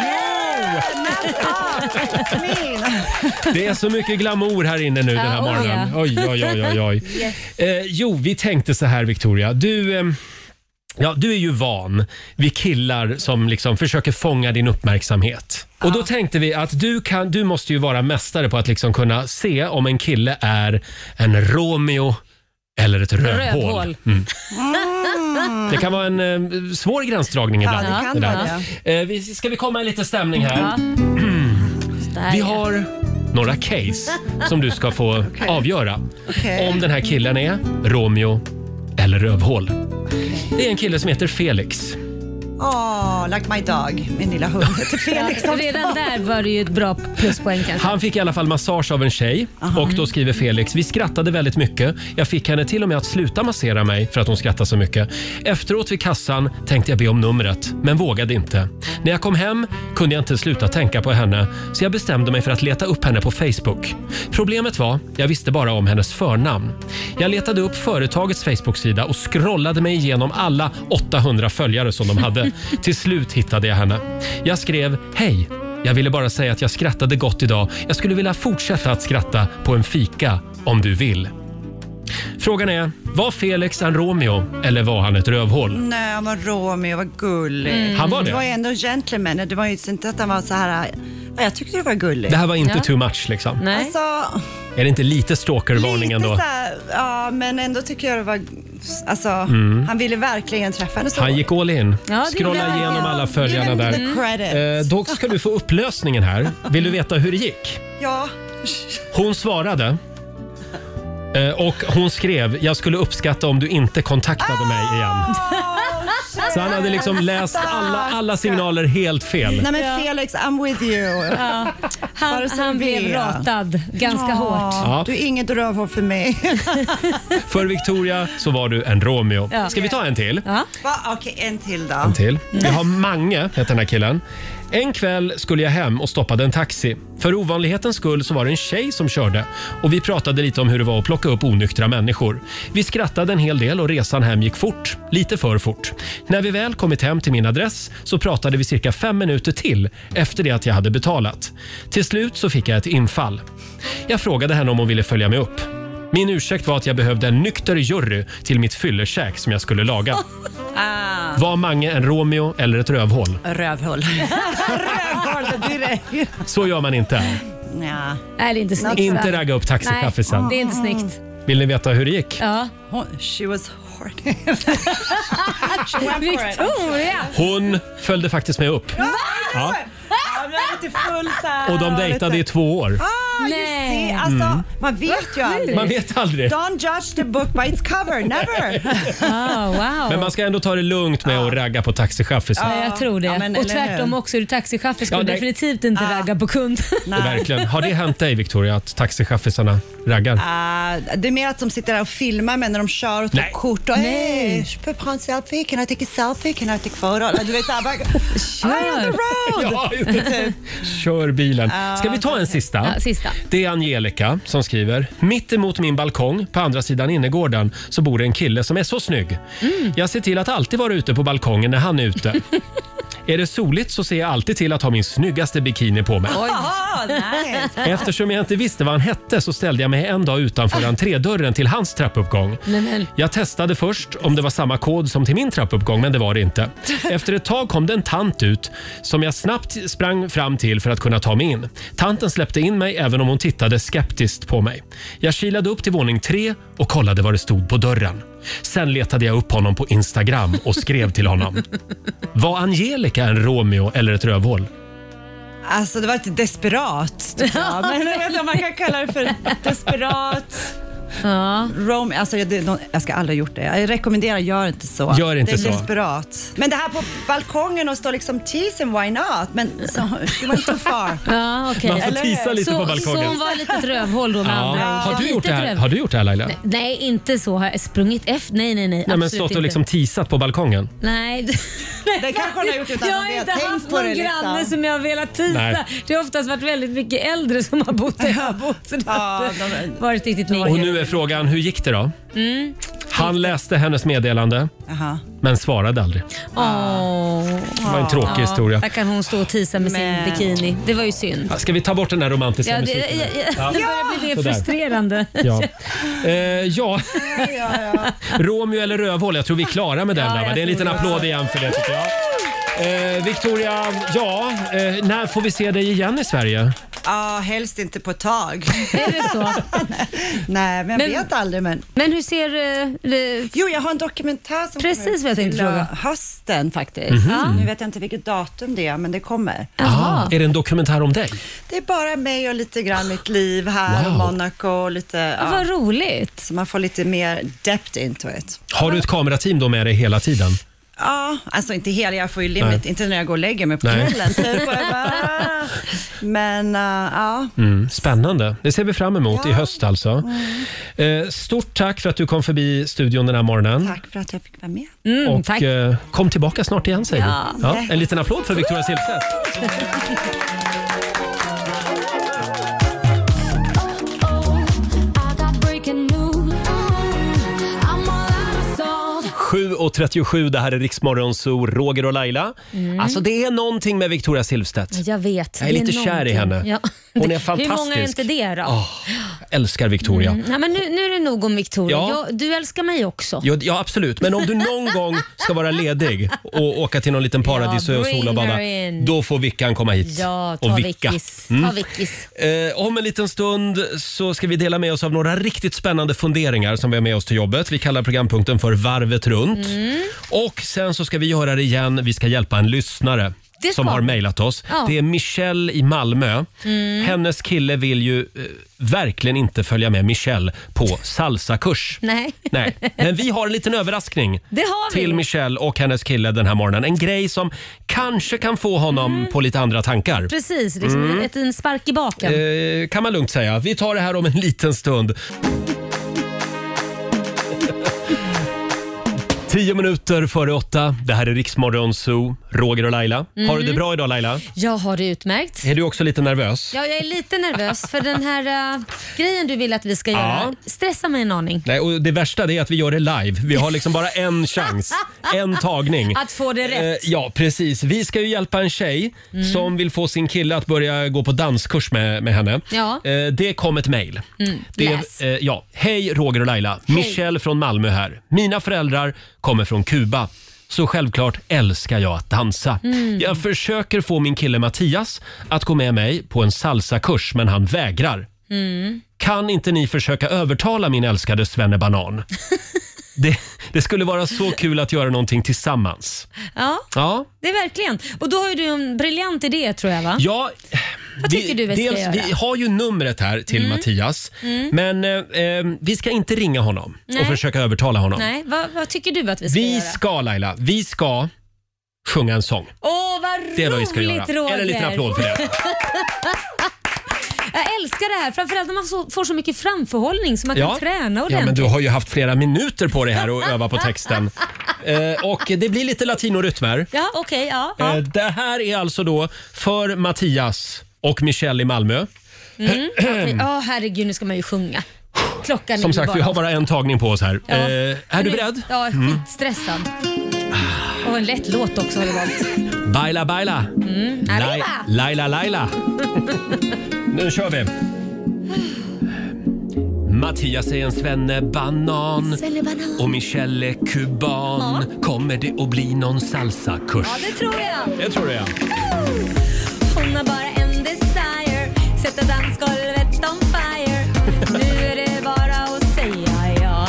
Det är så mycket glamour här inne nu den här morgonen. Oj. Jo, vi tänkte så här, Victoria. Du är ju van vid killar som liksom försöker fånga din uppmärksamhet. Och då tänkte vi att du måste ju vara mästare på att liksom kunna se om en kille är en Romeo eller ett rövhål. Det kan vara en svår gränsdragning ibland. Ja, det kan vara det. Ska vi komma i lite stämning här? Vi har några case som du ska få avgöra. Om den här killen är Romeo eller rövhål. Det är en kille som heter Felix. Like my dog, min lilla hund heter Felix. Redan där var det ju ett bra pluspoäng kanske. Han fick i alla fall massage av en tjej. Och då skriver Felix: vi skrattade väldigt mycket. Jag fick henne till och med att sluta massera mig för att hon skrattade så mycket. Efteråt vid kassan tänkte jag be om numret, men vågade inte. När jag kom hem kunde jag inte sluta tänka på henne, så jag bestämde mig för att leta upp henne på Facebook. Problemet var, jag visste bara om hennes förnamn. Jag letade upp företagets Facebook-sida och scrollade mig igenom alla 800 följare som de hade. Till slut hittade jag henne. Jag skrev: hej, jag ville bara säga att jag skrattade gott idag. Jag skulle vilja fortsätta att skratta på en fika om du vill. Frågan är, var Felix en Romeo eller var han ett rövhål? Nej, han var Romeo, var gullig. Han var det? Det var ju ändå en gentleman. Det var ju inte att han var så här... Jag tyckte det var gulligt. Det här var inte too much liksom. Nej. Alltså, är det inte lite stalkervarning ändå? Lite så här, ja, men ändå tycker jag det var... Alltså, han ville verkligen träffa henne så. Han gick all in. Ja, Scrolla igenom alla följarna där. Då ska du få upplösningen här. Vill du veta hur det gick? Ja. Hon svarade. Och hon skrev: jag skulle uppskatta om du inte kontaktade mig igen. Så han hade liksom läst alla signaler helt fel. Nej men Felix, I'm with you. Ja. Han blev ratad ganska hårt. Ja. Du är inget rövhål för mig. För Victoria så var du en Romeo. Ja. Ska vi ta en till? Ja. Okej, en till då. En till. Vi har Mange, heter den här killen. En kväll skulle jag hem och stoppade en taxi. För ovanlighetens skull så var det en tjej som körde. Och vi pratade lite om hur det var att plocka upp onyktra människor. Vi skrattade en hel del och resan hem gick fort. Lite för fort. När vi väl kommit hem till min adress så pratade vi cirka 5 minuter till efter det att jag hade betalat. Till slut så fick jag ett infall. Jag frågade henne om hon ville följa med upp. Min ursäkt var att jag behövde en nykter jury till mitt fyllekäk som jag skulle laga. Var Mange en Romeo eller ett rövhål? Rövhål. Rövhål direkt. Så gör man inte. Ja. Nej, det är inte snyggt. Inte ragga upp taxichaffisen. Nej, det är inte snyggt. Vill ni veta hur det gick? Ja. She was horny. Victoria! Hon följde faktiskt med upp. Ja. Och de dejtade i 2 år. Nej. Alltså, man vet ju aldrig. Man vet aldrig. Don't judge the book by its cover, never. Wow. Men man ska ändå ta det lugnt med att ragga på taxichaffisen. Ja, jag tror det. Ja, men, och tvärtom också, är du taxichaufför ska du definitivt inte ragga på kund. Verkligen. Har det hänt dig, Victoria, att taxichaffisarna raggar? Det är mer att de sitter där och filmar men när de kör och tar kort och je peux prendre selfie, kan jag ta selfie, kan jag ta foto? Du vet såhär, on the road. Ja, kör bilen. Ska vi ta en sista? Ja, sista. Det är Angelica som skriver: mitt emot min balkong på andra sidan innergården så bor en kille som är så snygg. Jag ser till att alltid vara ute på balkongen när han är ute. Är det soligt så ser jag alltid till att ha min snyggaste bikini på mig. Nice. Eftersom jag inte visste vad han hette så ställde jag mig en dag utanför entrédörren till hans trappuppgång. Jag testade först om det var samma kod som till min trappuppgång, men det var det inte. Efter ett tag kom det en tant ut som jag snabbt sprang fram till för att kunna ta mig in. Tanten släppte in mig även om hon tittade skeptiskt på mig. Jag kilade upp till våning 3 och kollade vad det stod på dörren. Sen letade jag upp honom på Instagram och skrev till honom. Var Angelica en Romeo eller ett rövhål? Alltså det var lite desperat tycker jag. Men jag vet inte om man kan kalla det för desperat. Ja. Alltså jag ska aldrig ha gjort det. Jag rekommenderar, gör inte så. Gör inte det är så. Desperat. Men det här på balkongen och stå liksom teasing, why not? Men so, she went too far. Ja, okay. Man får tisa lite på balkongen. Så hon var lite ett rövhål då med andra. Har du gjort det här Laila? Nej, inte så. Har jag sprungit efter? Nej, men stått och liksom tisat på balkongen? Nej. Det kanske hon har gjort utan jag har inte haft någon granne liksom som jag har velat tisa. Nej. Det har oftast varit väldigt mycket äldre som har bott där jag har bott. Så det har varit riktigt mycket. Och nu är frågan, hur gick det då? Han läste hennes meddelande, men svarade aldrig. Det var en tråkig historia. Där kan hon stå och tisa med sin bikini. Det var ju synd. Ska vi ta bort den här romantiska musiken? Det börjar bli mer frustrerande. Ja. Romeo eller rövhål, jag tror vi är klara med den där. Det är en liten applåd igen för det tycker jag. Victoria, när får vi se dig igen i Sverige? Helst inte på ett tag. Är det så? Nej, men jag vet aldrig. Men hur ser Jo, jag har en dokumentär som precis vad jag tänkte fråga. Hösten faktiskt. Nu vet jag inte vilket datum det är, men det kommer. Är det en dokumentär om dig? Det är bara mig och lite grann mitt liv här i Monaco. Lite, vad roligt. Så man får lite mer depth into it. Har du ett kamerateam då med dig hela tiden? Ja, alltså inte hela, jag får ju limit. Nej. Inte när jag går och lägger mig på kvällen. Men spännande. Det ser vi fram emot i höst alltså. Stort tack för att du kom förbi studion den här morgonen. Tack för att jag fick vara med. Och tack. Kom tillbaka snart igen säger vi. En liten applåd för Victoria Silvstedt. 7:37, det här är Riksmorgon Zoo, Roger och Laila. Alltså det är någonting med Victoria Silvstedt. Jag vet. Jag är lite kär i henne. Ja. Hon är fantastisk. Hur många är inte det då? Älskar Victoria. Nej, men nu är det nog om Victoria. Du älskar mig också. Ja, absolut. Men om du någon gång ska vara ledig och åka till någon liten paradisö och sola och bada, då får Vickan komma hit. Ja, och vicka. Ta Vickis. Om en liten stund så ska vi dela med oss av några riktigt spännande funderingar som vi har med oss till jobbet. Vi kallar programpunkten för Varvet runt. Och sen så ska vi göra det igen. Vi ska hjälpa en lyssnare. som har mejlat oss. Ja. Det är Michelle i Malmö. Hennes kille vill ju verkligen inte följa med Michelle på salsakurs. Nej. Men vi har en liten överraskning till Michelle och hennes kille den här morgonen. En grej som kanske kan få honom på lite andra tankar. Precis, liksom en spark i baken. Kan man lugnt säga. Vi tar det här om en liten stund. 10 minuter före 8. Det här är Riksmorgon Zoo. Roger och Laila. Har du det bra idag, Laila? Jag har det utmärkt. Är du också lite nervös? Ja, jag är lite nervös för den här grejen du vill att vi ska göra. Stressa mig en aning. Nej, och det värsta är att vi gör det live. Vi har liksom bara en chans. En tagning. Att få det rätt. Ja, precis. Vi ska ju hjälpa en tjej som vill få sin kille att börja gå på danskurs med henne. Ja. Det kom ett mejl. Hej Roger och Laila. Hej. Michelle från Malmö här. Mina föräldrar kommer från Kuba. Så självklart älskar jag att dansa. Jag försöker få min kille Mattias att gå med mig på en salsakurs, men han vägrar. Kan inte ni försöka övertala min älskade svennebanan? Det skulle vara så kul att göra någonting tillsammans. Ja, det är verkligen. Och då har ju du en briljant idé, tror jag, va? Ja, vad tycker du vi ska göra? Vi har ju numret här till Mattias. Men vi ska inte ringa honom och försöka övertala honom. Nej, vad tycker du att vi ska göra? Laila, vi ska sjunga en sång. Åh, vad roligt, det är vad vi ska göra. Roger. Är det en liten applåd för det? Jag älskar det här, framförallt när man får så mycket framförhållning så man kan träna ordentligt. Ja, men du har ju haft flera minuter på dig här och öva på texten. Och det blir lite latinorytmer. Ja, okej. Det här är alltså då för Mattias och Michelle i Malmö. Herregud, nu ska man ju sjunga. Klockan som sagt, vi har bara en tagning på oss här. Är du beredd? Ja, skitstressad. Och en lätt låt också har du valt. Baila, baila. Laila, Laila. Nu kör vi. Mattias är en svennebanan och Michelle är kuban. Kommer det att bli någon salsakurs? Ja, det tror jag. Det tror jag. Hon har bara en desire, sätta dansgolvet on fire. Nu är det bara att säga ja.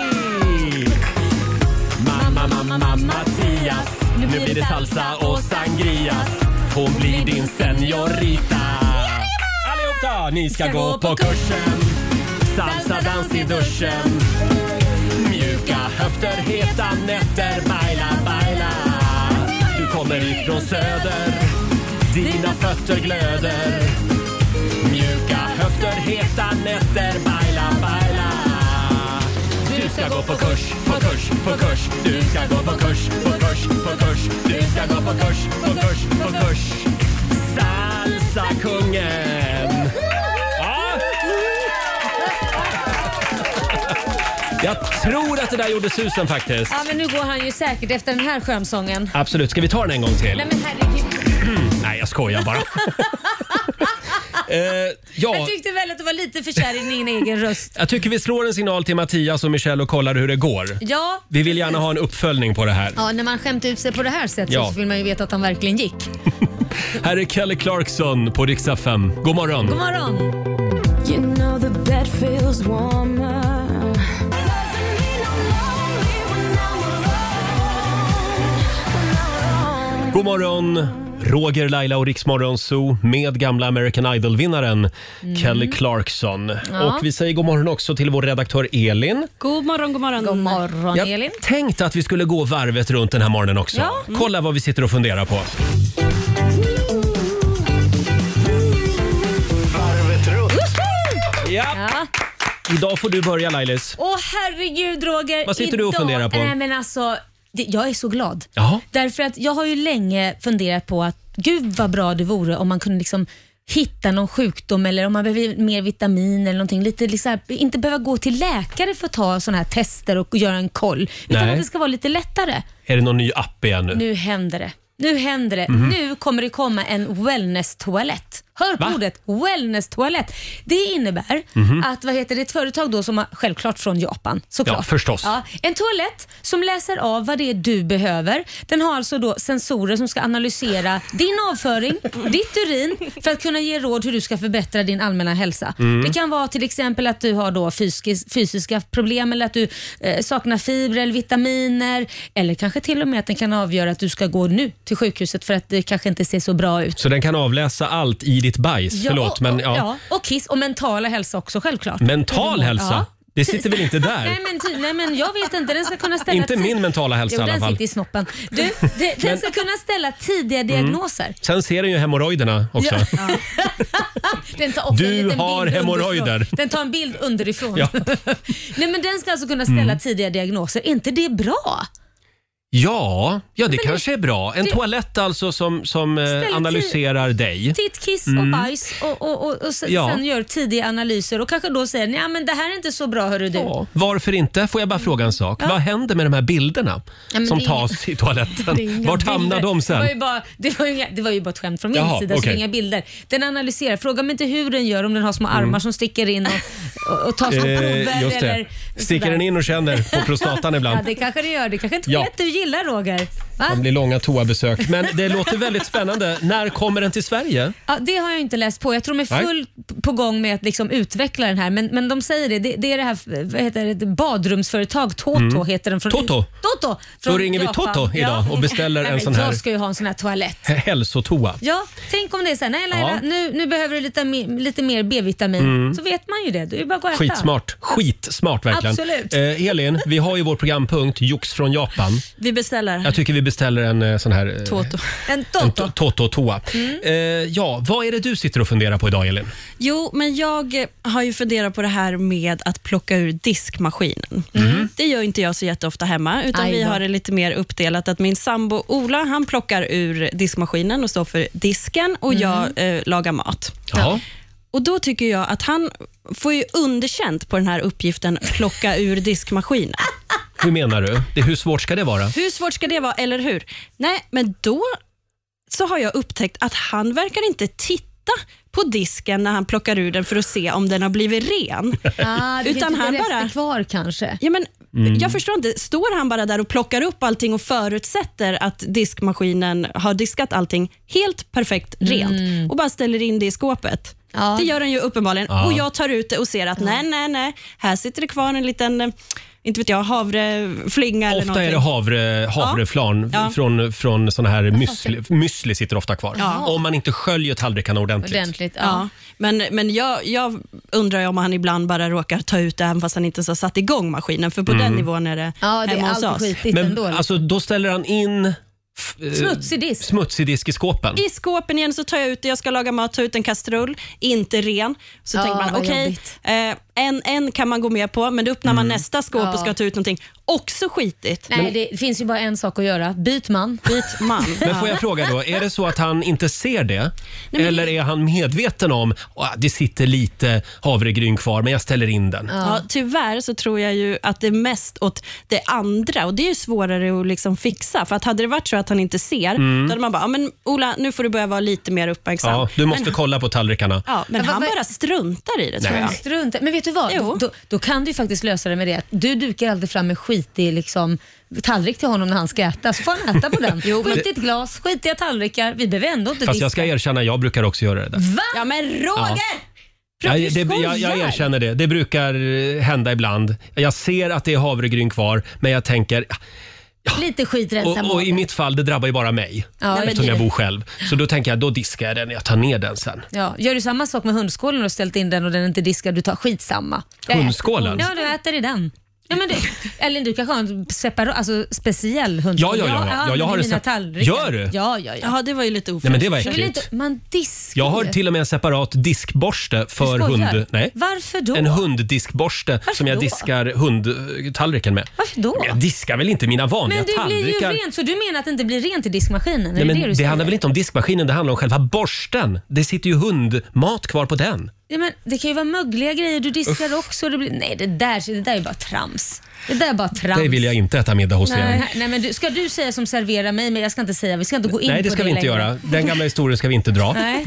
Mamma Mattias, nu blir det salsa och sangrias. Hon blir din señorita. Allihopa, ni ska gå på kursen. Salsa-dans i duschen. Mjuka höfter, heta nätter. Baila, baila. Du kommer ifrån söder. Dina fötter glöder. Mjuka höfter, heta nätter. Baila, baila. Du ska gå på kurs, på kurs, på kurs. Du ska gå på kurs, på kurs, på kurs. Du ska gå på kurs, på kurs, på kurs. Salsa-kungen. Jag tror att det där gjorde susen faktiskt. Ja, men nu går han ju säkert efter den här skönsången. Absolut. Ska vi ta den en gång till? Nej, men herregud. Nej, jag skojar bara. Jag tyckte väl att du var lite för kär i din egen röst. Jag tycker vi slår en signal till Mattias och Michelle och kollar hur det går. Ja. Vi vill gärna ha en uppföljning på det här. Ja, när man skämt ut sig på det här sättet så vill man ju veta att han verkligen gick. Här är Kelly Clarkson på Rix FM. God morgon. God morgon. You know the bed feels warmer. God morgon, Roger, Laila och Riksmorgon Zoo med gamla American Idol-vinnaren Kelly Clarkson. Ja. Och vi säger god morgon också till vår redaktör Elin. God morgon, god morgon. God morgon, Elin. Jag tänkte att vi skulle gå varvet runt den här morgonen också. Ja. Kolla vad vi sitter och funderar på. Varvet runt. Ja. Idag får du börja, Lailis. Åh, herregud, Roger. Vad sitter du och funderar på? Nej, men alltså, jag är så glad. Jaha. Därför att jag har ju länge funderat på att gud vad bra det vore om man kunde liksom hitta någon sjukdom eller om man behöver mer vitamin eller någonting. Lite liksom, inte behöva gå till läkare för att ta såna här tester och göra en koll. Utan att det ska vara lite lättare. Är det någon ny app igen nu? Nu händer det. Nu händer det. Nu kommer det komma en wellness-toalett. Hör på ordet wellness-toalett. Det innebär att det är ett företag då som har, självklart från Japan, såklart. Ja, förstås. Ja, en toalett som läser av vad det är du behöver. Den har alltså då sensorer som ska analysera din avföring, ditt urin, för att kunna ge råd hur du ska förbättra din allmänna hälsa. Det kan vara till exempel att du har då fysiska problem, eller att du saknar fibrer eller vitaminer, eller kanske till och med att den kan avgöra att du ska gå nu till sjukhuset för att det kanske inte ser så bra ut. Så den kan avläsa allt i ditt bajs? Förlåt, men och kiss och mentala hälsa också, självklart. Mental hälsa? Ja. Det sitter väl inte där? Nej men jag vet inte. Den ska kunna ställa inte min mentala hälsa i alla fall. Den sitter i snoppen. Den ska kunna ställa tidiga diagnoser. Sen ser den ju hemorrojderna också. Ja. Den tar också du har hemorrojder. Den tar en bild underifrån. Ja. Nej, men den ska alltså kunna ställa tidiga diagnoser. Är inte det bra? Ja, det kanske är bra. En toalett alltså som analyserar dig. Titt, kiss och bajs och sen gör tidiga analyser och kanske då säger nej, men det här är inte så bra, hörru du. Ja, varför inte? Får jag bara fråga en sak? Vad händer med de här bilderna som tas i toaletten? Vart hamnar de sen? Det var ju bara ett skämt från min sida, så inga bilder. Den analyserar. Fråga mig inte hur den gör, om den har små armar som sticker in och tar små prover. Just det. Sticker den in och känner på prostatan ibland? Ja, det kanske det gör. Det kanske inte är du gillar, Roger. Det blir långa toabesök. Men det låter väldigt spännande. När kommer den till Sverige? Ja, det har jag inte läst på. Jag tror de är full på gång med att liksom utveckla den här. Men de säger det är det här, vad heter det, badrumsföretag. Toto heter den. Toto? Då ringer vi Japan. Toto idag och beställer en sån här. Jag ska ju ha en sån här toalett. Hälsotoa. Ja, tänk om det är så här. Nej, Laila, nu behöver du lite mer B-vitamin. Så vet man ju det. Du är bara att gå och äta. Skitsmart verkligen. Absolut. Elin, vi har ju vår programpunkt Jox från Japan. Vi beställer. Jag tycker vi beställer en sån här Toto. En Toto-toa. Vad är det du sitter och funderar på idag, Elin? Jo, men jag har ju funderat på det här med att plocka ur diskmaskinen. Det gör inte jag så jätteofta hemma, utan vi har det lite mer uppdelat att min sambo Ola, han plockar ur diskmaskinen och står för disken och jag lagar mat. Ja. Och då tycker jag att han får ju underkänt på den här uppgiften plocka ur diskmaskinen. Hur menar du? Hur svårt ska det vara? Hur svårt ska det vara, eller hur? Nej, men då så har jag upptäckt att han verkar inte titta på disken när han plockar ur den för att se om den har blivit ren. Utan han bara kvar kanske. Ja, men jag förstår inte. Står han bara där och plockar upp allting och förutsätter att diskmaskinen har diskat allting helt perfekt rent och bara ställer in det i skåpet? Ja. Det gör den ju uppenbarligen. Ja. Och jag tar ut det och ser att nej. Här sitter det kvar en liten, inte vet jag, havreflinga eller någonting. Ofta är det havreflarn från såna här müsli sitter ofta kvar. Ja. Om man inte sköljer tallrikarna ordentligt. Ja. Men jag undrar om han ibland bara råkar ta ut det även fast han inte så satt igång maskinen. För på den nivån är det hemma hos oss. Men ändå. Alltså, då ställer han in smutsig disk i skåpen. I skåpen igen så tar jag ut det. Jag ska laga mat, ta ut en kastrull, inte ren. Så tänker man, okej, en kan man gå med på, men då öppnar man nästa skåp och ska ta ut någonting. Också skitigt. Nej, det finns ju bara en sak att göra. Byt man. Men får jag fråga då, är det så att han inte ser det? Eller är han medveten om det sitter lite havregryn kvar, men jag ställer in den? Ja, tyvärr så tror jag ju att det är mest åt det andra, och det är ju svårare att liksom fixa. För att hade det varit så att han inte ser, då hade man bara, men Ola, nu får du börja vara lite mer uppmärksam. Ja, du måste kolla på tallrikarna. Ja, men han bara struntar i det, tror jag. Men vet du vad? Då kan du faktiskt lösa det med det. Du dukar alltid fram med skitig liksom tallrik till honom när han ska äta, så får han äta på den. Skitigt glas, skitiga tallrikar. Vi behöver ändå inte Fast jag ska erkänna, jag brukar också göra det där. Va? Ja, men Roger! Jag erkänner det. Det brukar hända ibland. Jag ser att det är havregryn kvar, men jag tänker... Lite skitrensam. Och i mitt fall, det drabbar ju bara mig. Eftersom jag bor själv. Så då tänker jag, då diskar jag den. Jag tar ner den sen. Ja, gör du samma sak med hundskålen och ställt in den och den inte diskar, du tar skitsamma. Hundskålen? Ja, du äter i den. Ja, men eller du kanske har en speciell hundskål. Ja, jag har det. Gör du? Ja, det var ju lite ofräscht. Nej, men det var äckligt. Man diskar. Jag har till och med en separat diskborste för hund. Nej. Varför då? En hunddiskborste som jag diskar hundtallriken med. Varför då? Jag diskar väl inte mina vanliga tallrikar. Men det blir ju rent, så du menar att det inte blir rent i diskmaskinen? Nej, men det handlar väl inte om diskmaskinen, det handlar om själva borsten. Det sitter ju hundmat kvar på den. Ja, men det kan ju vara mögliga grejer. Du diskar också. Nej, det där är bara trams. Det där är bara trams. Det vill jag inte äta middag hos igen. Nej, men ska du säga som serverar mig, men jag ska inte säga. Vi ska inte gå in på det. Nej, det ska vi inte göra. Den gamla historien ska vi inte dra. Nej.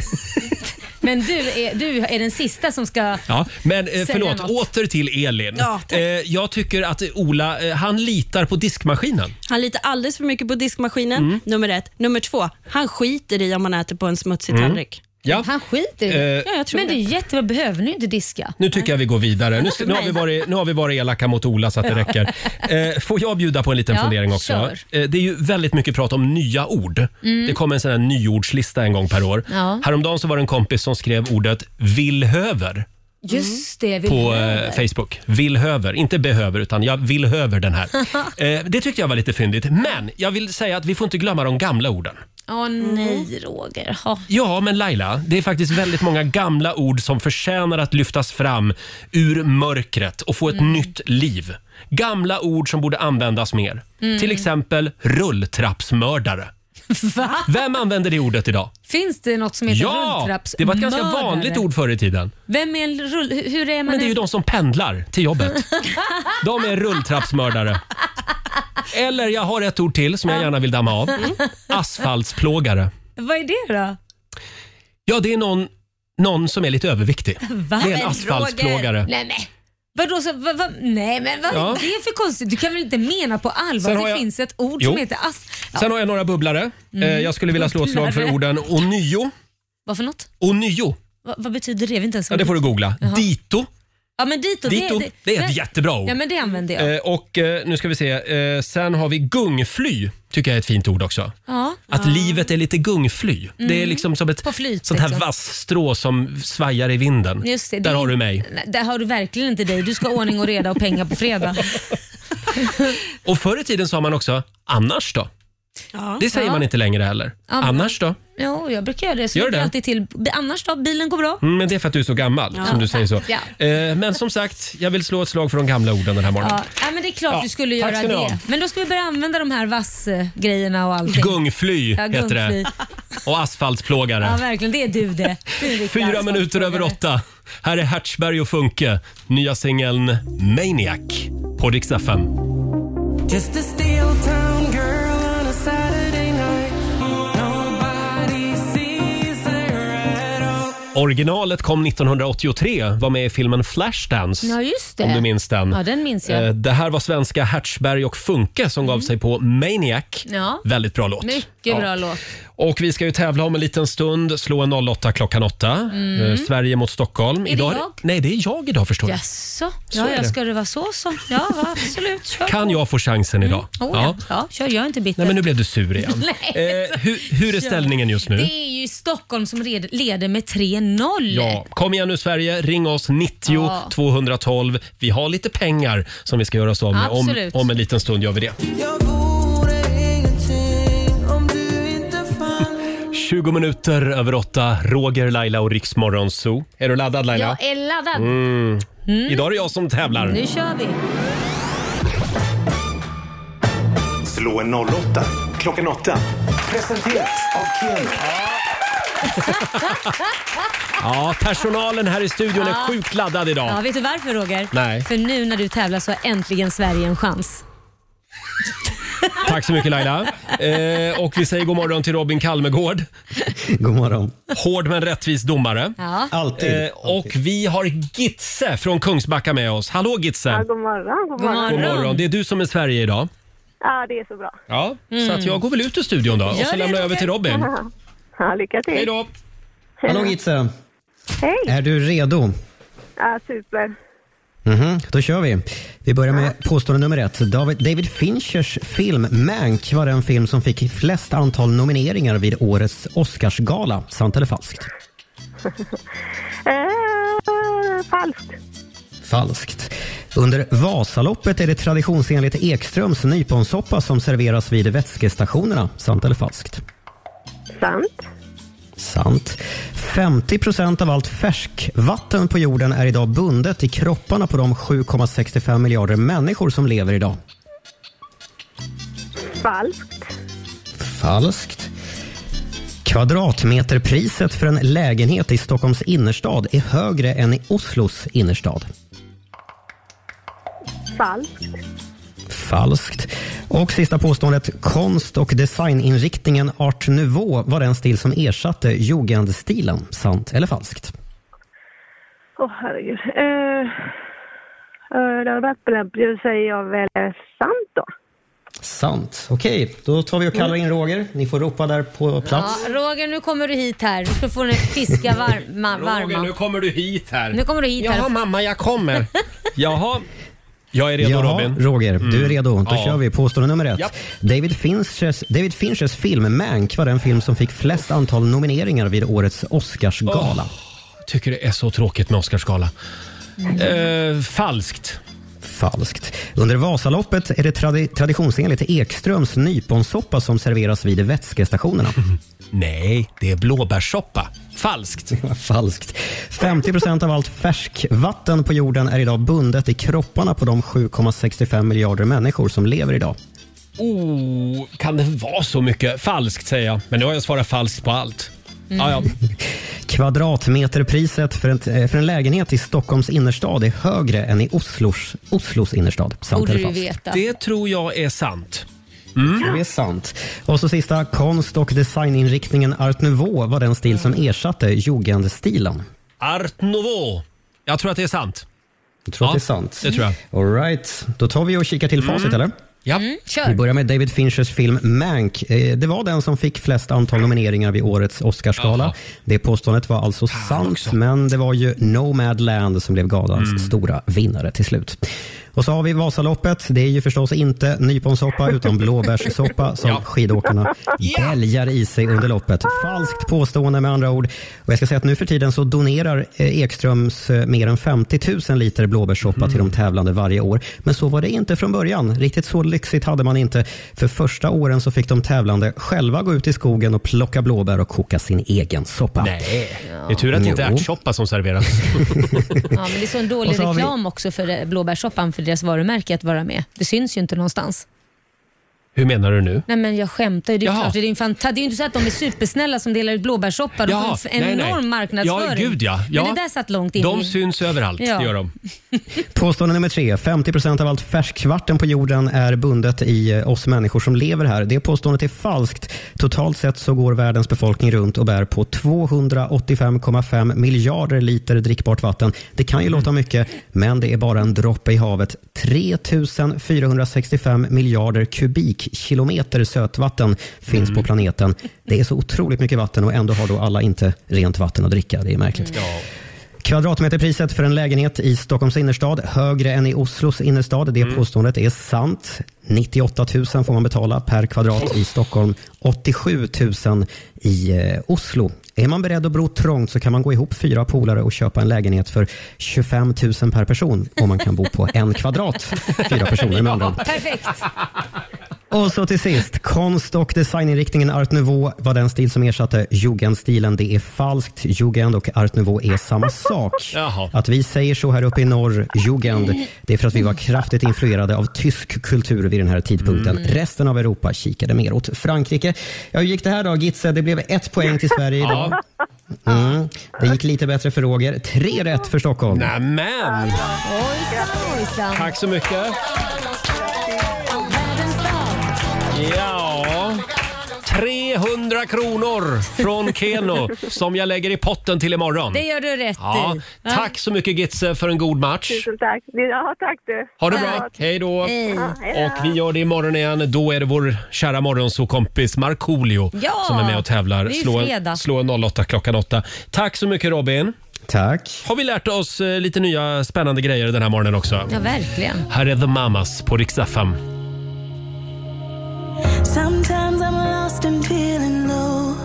Men du är den sista som ska. Ja, men förlåt, åter till Elin. Ja, jag tycker att Ola, han litar på diskmaskinen. Han litar alldeles för mycket på diskmaskinen, nummer 1. Nummer 2, han skiter i om man äter på en smutsig tallrik. Ja. Han skiter i det. Ja, jag tror men det är jättebra, behöver ni inte diska. Nu tycker jag vi går vidare. Nu har vi varit elaka mot Ola så att det räcker. Får jag bjuda på en liten fundering också? Det är ju väldigt mycket prat om nya ord. Det kommer en sån här nyordslista en gång per år. Häromdagen så var det en kompis som skrev ordet villhöver. Just det, på Facebook. Villhöver, inte behöver utan jag villhöver den här. Det tyckte jag var lite fyndigt. Men jag vill säga att vi får inte glömma de gamla orden. Nej, Roger. Ja, men Laila, det är faktiskt väldigt många gamla ord som förtjänar att lyftas fram ur mörkret och få ett nytt liv. Gamla ord som borde användas mer. Till exempel rulltrappsmördare. Va? Vem använder det ordet idag? Finns det något som heter rulltrappsmördare? Det var ett ganska vanligt ord förr i tiden. Vem är hur är man? Men det är ju de som pendlar till jobbet. De är rulltrappsmördare. Eller jag har ett ord till som jag gärna vill damma av. Asfaltsplågare. Vad är det då? Ja, det är någon som är lite överviktig. Va? Det är en asfaltsplågare. Nej. Vadå så? Nej, men vad är det för konstigt? Du kan väl inte mena på allvar att det finns ett ord som heter Sen har jag några bubblare. Jag skulle vilja slå ett slag för orden onyo. Vad för något? Onyo. Vad betyder det? Jag vet inte ens. Ja, det får du googla. Dito. Ja, men dito det är ett jättebra ord. Ja, men det använder jag. Och nu ska vi se. Sen har vi gungfly. Tycker jag är ett fint ord också. Ja. Att livet är lite gungfly. Det är liksom som ett sånt här vassstrå som svajar i vinden. Just det. Där har du mig. Där har du verkligen inte dig. Du ska ha ordning och reda och pengar på fredag. Och förr i tiden sa man också annars då. Ja. Det säger man inte längre heller. Annars då? Ja, jag brukar göra det. Så gör det? Alltid till. Annars då? Bilen går bra. Men det är för att du är så gammal som du säger så. Ja. Men som sagt, jag vill slå ett slag för de gamla orden den här morgonen. Ja, men det är klart du skulle göra det. Men då ska vi börja använda de här vassgrejerna och allting. Gungfly heter det. Och asfaltsplågare. Ja, verkligen. Det är du det. 4 minuter över 8. Här är Hertzberg och Funke. Nya singeln Maniac på Rix FM. Just a steel town girl on a Saturday night. Nobody sees her at all. Originalet kom 1983, var med i filmen Flashdance. Ja, just det. Om du minns den. Ja, den minns jag. Det här var svenska Hertzberg och Funke som gav sig på Maniac. Ja. Väldigt bra låt. Mycket bra låt. Och vi ska ju tävla om en liten stund. Slå en 08 klockan 8. Sverige mot Stockholm. Är det jag? Nej, det är jag idag förstår du. Jaså? Ja, ska det vara så? Ja, absolut. Kör kan jag få chansen idag? Ja, kör. Jag är inte bitter. Nej, men nu blev du sur igen. Nej, hur är ställningen just nu? Det är ju Stockholm som leder med 3-0. Ja, kom igen nu Sverige. Ring oss 90 212. Vi har lite pengar som vi ska göra oss av med. Om en liten stund gör vi det. 20 minuter över 8. Roger, Laila och Rix Morgon Zoo. Är du laddad Laila? Jag är laddad. Idag är det jag som tävlar. Nu kör vi. Slå en 08 klockan 8. Presenteras av Keno. Ja, personalen här i studion är sjukt laddad idag. Ja, vet du varför Roger? Nej. För nu när du tävlar så har äntligen Sverige en chans. Tack så mycket Laila. Och vi säger god morgon till Robin Kalmegård. God morgon. Hård men rättvis domare. Ja. Alltid. Och vi har Gitse från Kungsbacka med oss. Hallå Gitse. Ja, god morgon. God morgon. Det är du som är Sverige idag. Ja, det är så bra. Ja, så att jag går väl ut ur studion då. Och så lämnar jag över till Robin. Ja, lycka till. Hej då. Hallå Gitse. Hej. Är du redo? Ja, super. Då kör vi. Vi börjar med påstående nummer 1. David Finchers film Mank var den film som fick flest antal nomineringar vid årets Oscarsgala. Sant eller falskt? Falskt. Falskt. Under Vasaloppet är det traditionsenligt Ekströms nyponsoppa som serveras vid vätskestationerna. Sant eller falskt? Sant. Sant. 50% av allt färskvatten på jorden är idag bundet i kropparna på de 7,65 miljarder människor som lever idag. Falskt. Falskt. Kvadratmeterpriset för en lägenhet i Stockholms innerstad är högre än i Oslos innerstad. Falskt. Och sista påståendet. Konst- och designinriktningen Art Nouveau var den stil som ersatte Jugendstilen. Sant eller falskt? Herregud. Det säger jag väl sant då. Sant. Okej, då tar vi och kallar in Roger. Ni får ropa där på plats. Ja, Roger, nu kommer du hit här. Du ska få en fiska varma. Roger, nu kommer du hit här. Nu kommer du hit här. Ja, mamma, jag kommer. Jaha. Jag är redo, Robin. Roger, du är redo. Då kör vi påstående nummer 1. Japp. David Finchers film Mank var den film som fick flest antal nomineringar vid årets Oscarsgala. Tycker det är så tråkigt med Oscarsgala. Falskt. Falskt. Under Vasaloppet är det traditionsenligt Ekströms nyponsoppa som serveras vid vätskestationerna. Nej, det är blåbärssoppa. Falskt. Falskt. 50% av allt färskvatten på jorden är idag bundet i kropparna på de 7,65 miljarder människor som lever idag. Kan det vara så mycket? Falskt säger jag. Men nu har jag svarat falskt på allt. Ja. Kvadratmeterpriset för en lägenhet i Stockholms innerstad är högre än i Oslos innerstad. Sant eller falskt? Det tror jag är sant. Det är sant. Och så sista, konst- och designinriktningen Art Nouveau var den stil som ersatte Jugendstilen. Art Nouveau. Jag tror att det är sant. Du tror att det är sant? Det tror jag. All right. Då tar vi och kikar till facit, eller? Ja. Kör. Vi börjar med David Finchers film Mank. Det var den som fick flest antal nomineringar vid årets Oscarsgala. Det påståendet var alltså sant, men det var ju Nomadland som blev galans stora vinnare till slut. Och så har vi Vasaloppet. Det är ju förstås inte nyponsoppa utan blåbärssoppa som skidåkarna bälgar i sig under loppet. Falskt påstående med andra ord. Och jag ska säga att nu för tiden så donerar Ekströms mer än 50 000 liter blåbärssoppa till de tävlande varje år. Men så var det inte från början. Riktigt så lyxigt hade man inte. För första åren så fick de tävlande själva gå ut i skogen och plocka blåbär och koka sin egen soppa. Nej, det är tur att det inte är ärtsoppa som serveras. Ja, men det är så en dålig reklam också för blåbärssoppan för deras varumärke att vara med. Det syns ju inte någonstans. Hur menar du nu? Nej, men jag skämtar ju. Det är klart, det är ju inte så att de är supersnälla som delar ut blåbärssoppa. De får en enorm marknadsföring. Ja, gud ja. Men det där satt långt in. De syns överallt, det gör de. Påstående nummer 3. 50% av allt färskvatten på jorden är bundet i oss människor som lever här. Det påståendet är falskt. Totalt sett så går världens befolkning runt och bär på 285,5 miljarder liter drickbart vatten. Det kan ju låta mycket, men det är bara en droppe i havet. 3465 miljarder kubikkilometer sötvatten finns på planeten. Det är så otroligt mycket vatten och ändå har då alla inte rent vatten att dricka. Det är märkligt. Kvadratmeterpriset för en lägenhet i Stockholms innerstad högre än i Oslos innerstad. Det påståendet är sant. 98 000 får man betala per kvadrat i Stockholm. 87 000 i Oslo. Är man beredd att bo trångt så kan man gå ihop 4 polare och köpa en lägenhet för 25 000 per person om man kan bo på 1 kvadrat. 4 personer med andra ord. Perfekt. Och så till sist, konst- och designinriktningen Art Nouveau var den stil som ersatte Jugendstilen. Det är falskt. Jugend och Art Nouveau är samma sak. Att vi säger så här uppe i norr, Jugend, det är för att vi var kraftigt influerade av tysk kultur vid den här tidpunkten. Resten av Europa kikade mer åt Frankrike. Ja, hur gick det här då, Gitze? Det blev 1 poäng till Sverige idag. Det gick lite bättre för Roger. 3 rätt för Stockholm. Nämen! Ojsan. Tack så mycket. Ja, 300 kronor från Keno som jag lägger i potten till imorgon. Det gör du rätt i. Tack så mycket Gitze för en god match. Tusen tack. Ja, tack du. Ha det bra. Hej då. Och vi gör det imorgon igen. Då är det vår kära morgonsåkompis Markoolio som är med och tävlar. Slå en 08 klockan 8. Tack så mycket Robin. Tack. Har vi lärt oss lite nya spännande grejer den här morgonen också? Ja, verkligen. Här är The Mamas på Rix FM. Sometimes I'm lost and feeling low.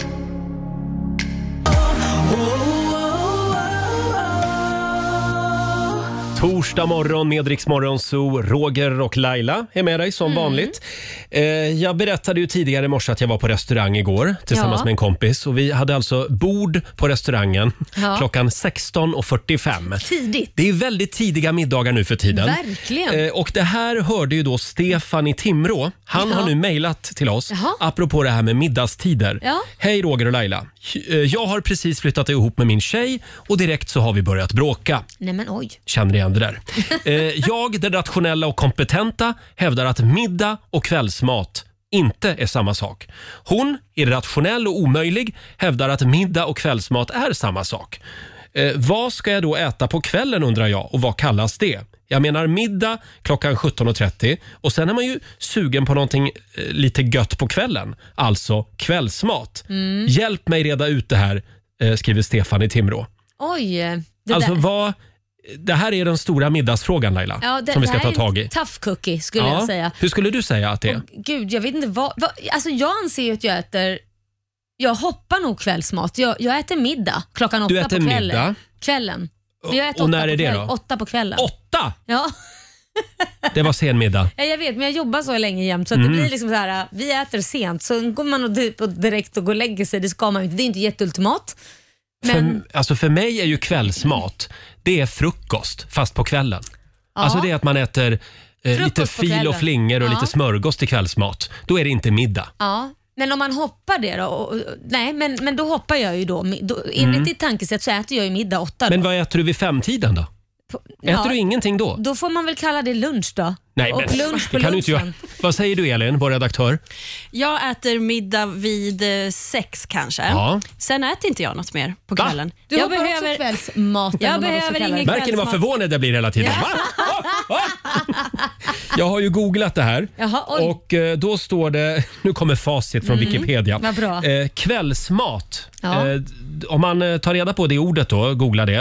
Torsdag morgon med Rix Morgon Zoo. Roger och Laila är med dig som vanligt. Jag berättade ju tidigare i morse att jag var på restaurang igår tillsammans med en kompis. Och vi hade alltså bord på restaurangen klockan 16.45. Tidigt. Det är väldigt tidiga middagar nu för tiden. Verkligen. Och det här hörde ju då Stefan i Timrå. Han har nu mejlat till oss apropå det här med middagstider. Hej Roger och Laila. Jag har precis flyttat ihop med min tjej och direkt så har vi börjat bråka. Nej men oj. Känner igen det där. Jag, den rationella och kompetenta, hävdar att middag och kvällsmat inte är samma sak. Hon, irrationell och omöjlig, hävdar att middag och kvällsmat är samma sak. Vad ska jag då äta på kvällen undrar jag, och vad kallas det? Jag menar middag klockan 17.30 och sen är man ju sugen på någonting lite gött på kvällen. Alltså kvällsmat. Hjälp mig reda ut det här, skriver Stefan i Timrå. Oj. Det här är den stora middagsfrågan, Laila, som vi ska ta tag i. Tough cookie skulle jag säga. Hur skulle du säga att det är? Gud, jag vet inte alltså jag anser ju att jag hoppar nog kvällsmat. Jag äter middag klockan 8 på kvällen. Middag? Kvällen. Jag äter och när är det då? 8 på kvällen. 8? Ja. Det var sen middag. Ja, jag vet, men jag jobbar så länge jämt så att det blir liksom så här, vi äter sent så går man och direkt och går och lägger sig. Det ska man inte. Det är inte jätteultimat. Men... För mig är ju kvällsmat, det är frukost fast på kvällen. Alltså det är att man äter lite fil och flingor och lite smörgås till kvällsmat. Då är det inte middag. Ja. Men om man hoppar det då? Nej, men då hoppar jag ju då. Enligt ditt tankesätt så äter jag ju middag 8 då. Men vad äter du vid 5-tiden då? Äter du ingenting då? Då får man väl kalla det lunch då. Nej, och men lunch på kan du inte göra. Vad säger du Elin, vår redaktör? Jag äter middag vid 6 kanske. Ja. Sen äter inte jag något mer på kvällen. Jag behöver kvällsmaten. Jag behöver ingen kvällsmat. Märker ni vad förvånad jag blir hela tiden? Va? Jag har ju googlat det här. Jaha, och då står det, nu kommer facit från Wikipedia. Vad bra. Kvällsmat. Om man tar reda på det ordet då, googla det.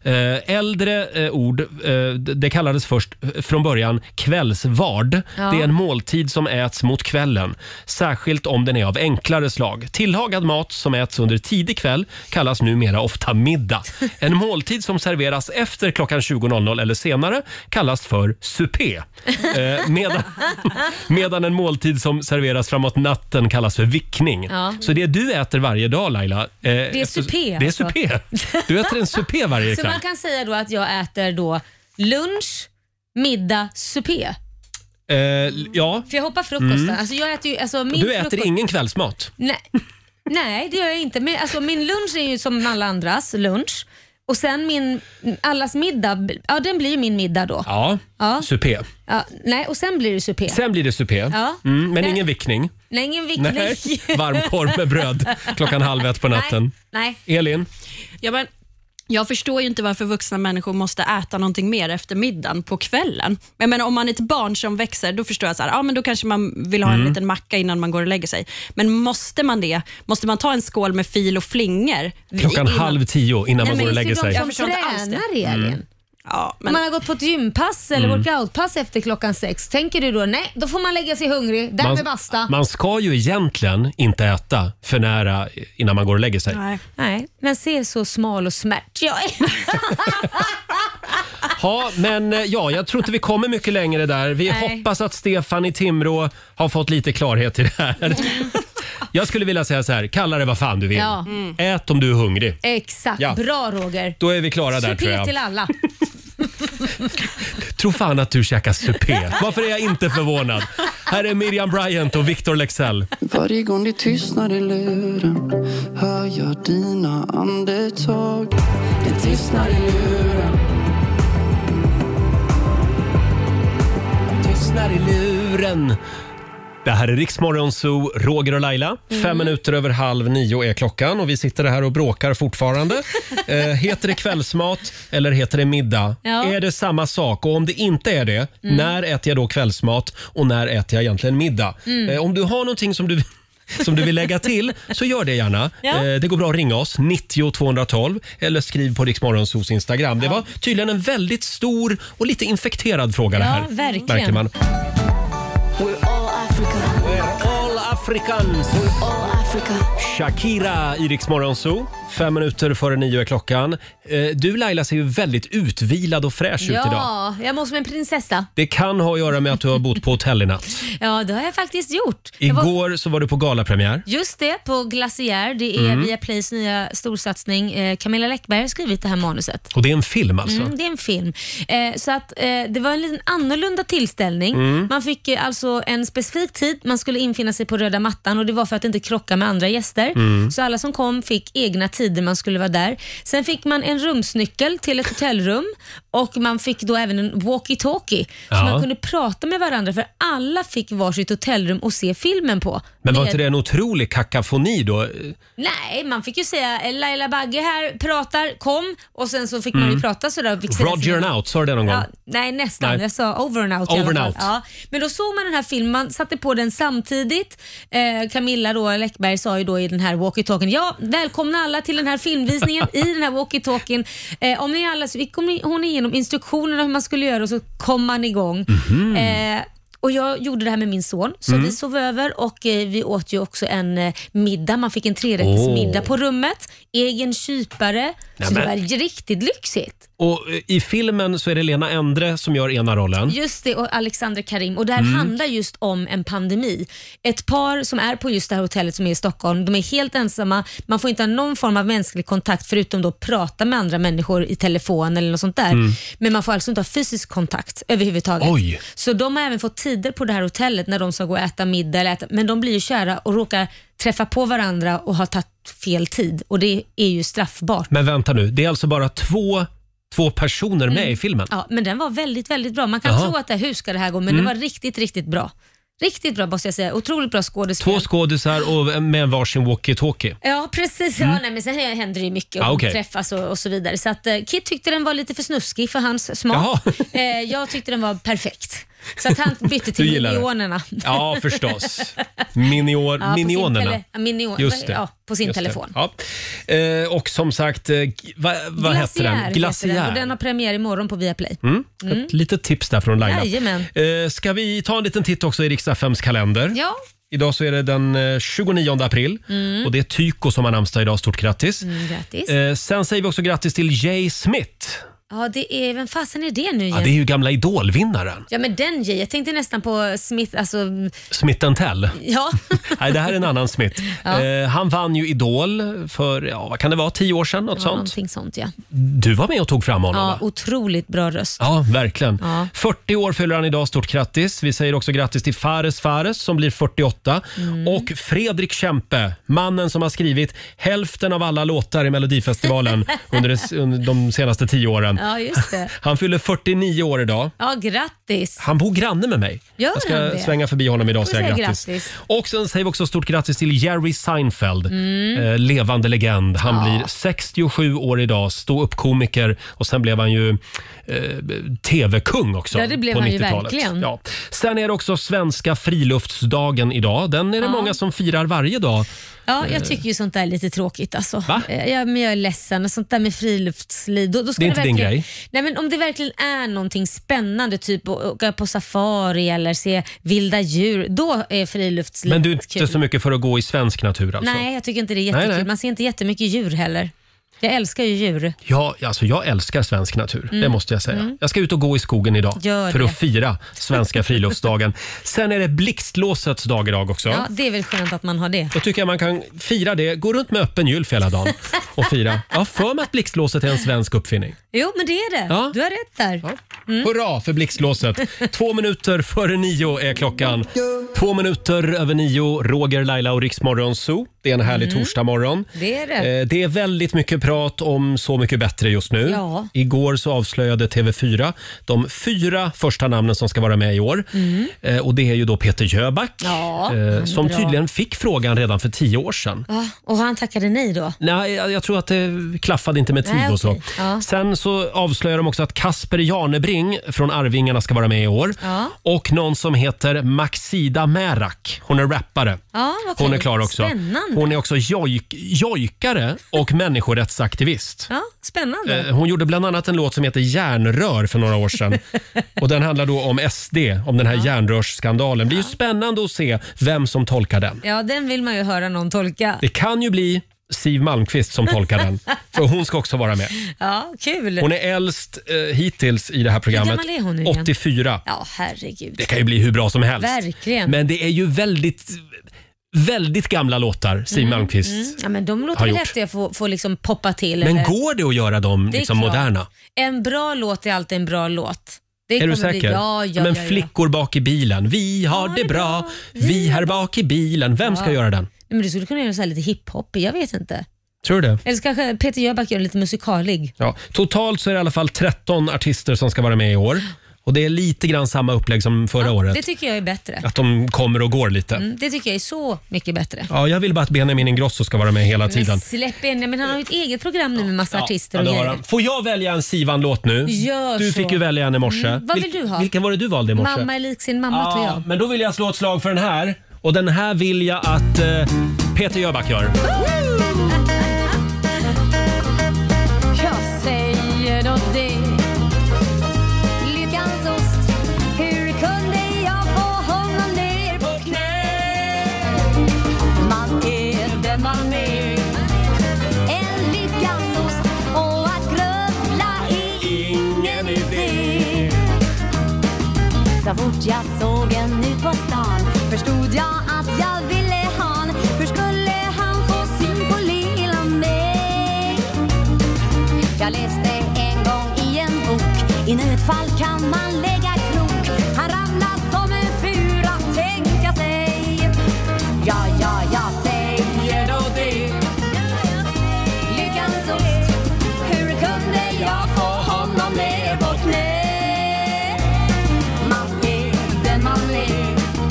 Äldre ord, det kallades först från början kvällsvard. Det är en måltid som äts mot kvällen. Särskilt om den är av enklare slag. Tillagad mat som äts under tidig kväll kallas numera ofta middag. En måltid som serveras efter klockan 20.00 eller senare kallas för supé. Medan en måltid som serveras framåt natten kallas för vickning. Så det du äter varje dag, Laila, det är supé. Det är supé. Du äter en supé varje kväll. Så man kan säga då att jag äter då lunch, middag, supé. Ja. För jag hoppar frukosten. Alltså jag äter ju, du äter ingen kvällsmat? Nej, det gör jag inte. Men min lunch är ju som alla andras lunch. Och sen allas middag, den blir ju min middag då. Ja. Supé. Nej, och sen blir det supé. Sen blir det supé. Ja. Men ingen vickning. Nej, ingen vickning. Nej. Varmkorv med bröd klockan 12:30 på natten. Nej. Elin? Ja, men jag förstår ju inte varför vuxna människor måste äta någonting mer efter middagen på kvällen. Men om man är ett barn som växer, då förstår jag så här, men då kanske man vill ha en liten macka innan man går och lägger sig. Men måste man det? Måste man ta en skål med fil och flingor? Klockan 9:30 innan man går och lägger sig. Jag förstår inte alls det. Ja, men... Om man har gått på ett gympass eller workoutpass efter klockan 6, tänker du då, nej, då får man lägga sig hungrig, därmed basta. Man ska ju egentligen inte äta för nära innan man går och lägger sig. Nej, men ser så smal och smärt jag är. Jag tror inte vi kommer mycket längre där. Vi hoppas att Stefan i Timrå har fått lite klarhet i det här. Jag skulle vilja säga så här, kalla det vad fan du vill. Ät om du är hungrig. Exakt, bra Roger. Då är vi klara där, tror jag. Supé till alla. Tror fan att du käkar supé. Varför är jag inte förvånad? Här är Miriam Bryant och Victor Lexell. Varje gång det tystnar i luren hör jag dina andetag. Det tystnar i luren. Tystnar i luren. Det här är Rix Morgon Zoo, Roger och Laila. 5 minuter över 8:30 är klockan och vi sitter här och bråkar fortfarande. Heter det kvällsmat eller heter det middag? Ja. Är det samma sak? Och om det inte är det, när äter jag då kvällsmat och när äter jag egentligen middag? Om du har någonting som du vill lägga till, så gör det gärna. Det går bra att ringa oss, 90 212, eller skriv på Rix Morgon Zoos Instagram. Det var tydligen en väldigt stor och lite infekterad fråga det här. Ja, verkligen. Märker man. We're all Africa. We're all Africans. We're all Africa. Shakira i Rix Morgon Zoo. 5 minuter före 9 är klockan. Du Laila ser ju väldigt utvilad och fräsch ut idag. Ja, jag mår som en prinsessa. Det kan ha att göra med att du har bott på hotell i natt. Ja, det har jag faktiskt gjort. Igår så var du på galapremiär. Just det, på Glaciär. Det är Viaplays nya storsatsning. Camilla Läckberg har skrivit det här manuset. Och det är en film alltså? Det är en film. Så att det var en liten annorlunda tillställning. Man fick alltså en specifik tid. Man skulle infinna sig på röda mattan och det var för att inte krocka med andra gäster. Så alla som kom fick egna tider man skulle vara där. Sen fick man en rumsnyckel till ett hotellrum och man fick då även en walkie-talkie. Så man kunde prata med varandra för alla fick varsitt hotellrum och se filmen på. Men var inte det en otrolig kakafoni då? Nej, man fick ju säga Laila Bagge här pratar, kom. Och sen så fick man ju prata sådär. Roger and out, sa du det någon gång? Ja, nej, nästan. Nej. Jag sa over and out. Over and out. Ja. Men då såg man den här filmen, man satte på den samtidigt. Camilla då, Läckberg sa ju då i den här walkie-talkien, ja, välkomna alla till den här filmvisningen i den här walkie-talkien. Om ni alla, så gick hon igenom instruktionerna hur man skulle göra och så kom man igång. Och jag gjorde det här med min son, så vi sov över och vi åt ju också en middag. Man fick en 3-rättersmiddag på rummet, egen kypare, så det var riktigt lyxigt. Och i filmen så är det Lena Endre som gör ena rollen. Just det, och Alexander Karim. Och det här handlar just om en pandemi. Ett par som är på just det här hotellet som är i Stockholm, de är helt ensamma. Man får inte ha någon form av mänsklig kontakt förutom då prata med andra människor i telefon eller något sånt där. Men man får alltså inte ha fysisk kontakt överhuvudtaget. Oj. Så de har även fått tider på det här hotellet när de ska gå och äta middag eller äta, men de blir ju kära och råkar träffa på varandra och har tagit fel tid. Och det är ju straffbart. Men vänta nu, det är alltså bara två personer med i filmen? Ja, men den var väldigt, väldigt bra. Man kan tro att hur ska det här gå, men det var riktigt, riktigt bra. Riktigt bra måste jag säga. Otroligt bra skådespel. 2 skådisar och med varsin walkie-talkie. Ja, precis. Ja, nej, men sen händer det ju mycket och träffas och så vidare. Så att Kit tyckte den var lite för snuskig för hans smak. Jag tyckte den var perfekt. Så att han bytte till Minionerna. Ja, förstås. Minionerna. Just det. Ja, på sin telefon. Ja. Och som sagt, vad heter den? Glaciär. Och den har premiär imorgon på Viaplay. Ett litet tips där från Laila. Jajamän. Ska vi ta en liten titt också i Rix FMs kalender? Ja. Idag så är det den 29 april och det är Tycho som har namnsdag idag. Stort grattis. Grattis. Sen säger vi också grattis till Jay Smith. Ja, det är, vem fasen är det nu igen? Ja, det är ju gamla Idolvinnaren. Ja, men den Jay, jag tänkte nästan på Smith, alltså... Smith & Tell. Ja. Nej, det här är en annan Smith. Han vann ju Idol för, vad kan det vara, 10 år sedan? Något sånt. Någonting sånt, ja. Du var med och tog fram honom, va? Otroligt bra röst. Ja, verkligen. 40 år fyller han idag, stort grattis. Vi säger också grattis till Fares som blir 48. Och Fredrik Kempe, mannen som har skrivit hälften av alla låtar i Melodifestivalen under de senaste 10 åren. Ja, just det. Han fyller 49 år idag. Ja, grattis. Han bor granne med mig. Jag ska svänga förbi honom idag och säga grattis. Och sen säger vi också stort grattis till Jerry Seinfeld. Levande legend. Han blir 67 år idag. Stå upp komiker och sen blev han ju tv-kung också. Ja, det blev på han 90-talet. ju verkligen. Ja. Sen är det också svenska friluftsdagen idag. Den är det många som firar varje dag. Ja, jag tycker ju sånt där är lite tråkigt alltså. Va? Men jag är ledsen. Sånt där med friluftsliv. Då ska det är inte din grej? Nej, men om det verkligen är någonting spännande, typ att åka på safari eller se vilda djur, då är friluftsliv. Men du är inte så mycket för att gå i svensk natur alltså? Nej, jag tycker inte det är jättekul. Nej. Man ser inte jättemycket djur heller. Jag älskar ju djur. Ja, alltså jag älskar svensk natur, det måste jag säga. Jag ska ut och gå i skogen idag för att fira svenska friluftsdagen. Sen är det blixtlåsets dag idag också. Ja, det är väl skönt att man har det. Då tycker jag man kan fira det, gå runt med öppen gylf hela dagen och fira. Ja, för mig att blixtlåset är en svensk uppfinning. Jo, men det är det. Ja. Du har rätt där. Ja. Hurra för blixtlåset. 2 minuter före 9 är klockan. 2 minuter över 9, Roger, Laila och Rix Morgon Zoo. Det är en härlig torsdagmorgon. Det är det. Det är väldigt mycket prat om Så mycket bättre just nu. Ja. Igår så avslöjade TV4 de 4 första namnen som ska vara med i år. Och det är ju då Peter Jöback som tydligen fick frågan redan för 10 år sedan. Ja, och han tackade nej då? Nej, jag tror att det klaffade inte med tid och så. Ja. Sen så avslöjar de också att Kasper Janebring från Arvingarna ska vara med i år. Ja. Och någon som heter Maxida Märak. Hon är rappare. Ja, okay. Hon är klar också. Spännande. Hon är också jojkare och människorättsaktivist. Ja, spännande. Hon gjorde bland annat en låt som heter Järnrör för några år sedan. Och den handlar då om SD, om den här järnrörsskandalen. Det blir ju spännande att se vem som tolkar den. Ja, den vill man ju höra någon tolka. Det kan ju bli Siv Malmkvist som tolkar den. För hon ska också vara med. Ja, kul. Hon är äldst hittills i det här programmet. Hur gammal är hon nu igen? 84. Ja, herregud. Det kan ju bli hur bra som helst. Verkligen. Men det är ju väldigt gamla låtar Siv Malmkvist Ja, men de låter väl häftiga att få liksom poppa till. Men eller? går det att göra dem liksom moderna? En bra låt är alltid en bra låt. Det är du säker? Men flickor bak i bilen. Vi har det bra. Vi här bak i bilen. Vem ska göra den? Men du skulle kunna göra så här lite hiphop. Jag vet inte. Tror du det? Eller kanske Peter Jöback gör lite musikalig. Ja, totalt så är det i alla fall 13 artister som ska vara med i år. Och det är lite grann samma upplägg som förra året. Det tycker jag är bättre. Att de kommer och går lite. Det tycker jag är så mycket bättre. Ja, jag vill bara att Benjamin Ingrosso ska vara med hela tiden. Men släpp in, men han har ju ett eget program nu med massa artister och grejer. Får jag välja en Sivan-låt nu? Du fick ju välja en i morse. Vad vill du ha? Vilken var det du valde i morse? Mamma är lik sin mamma, tror jag. Men då vill jag slå ett slag för den här. Och den här vill jag att Peter Jöback gör. Jag säger då det. Lyckans ost. Hur kunde jag få honom ner på knä? Man är den man är. En lyckans ost. Och att grubbla är ingen idé. Så fort jag såg en ut på stan förstod jag att jag ville han. Hur skulle han få syn på lilla mig? Jag läste en gång i en bok. I nödfall kan man lägga krok. Han ramlar som en fura, tänka sig. Ja, jag säger då det. Lyckans ost. Hur kunde jag få honom ner på knä? Man är den man är.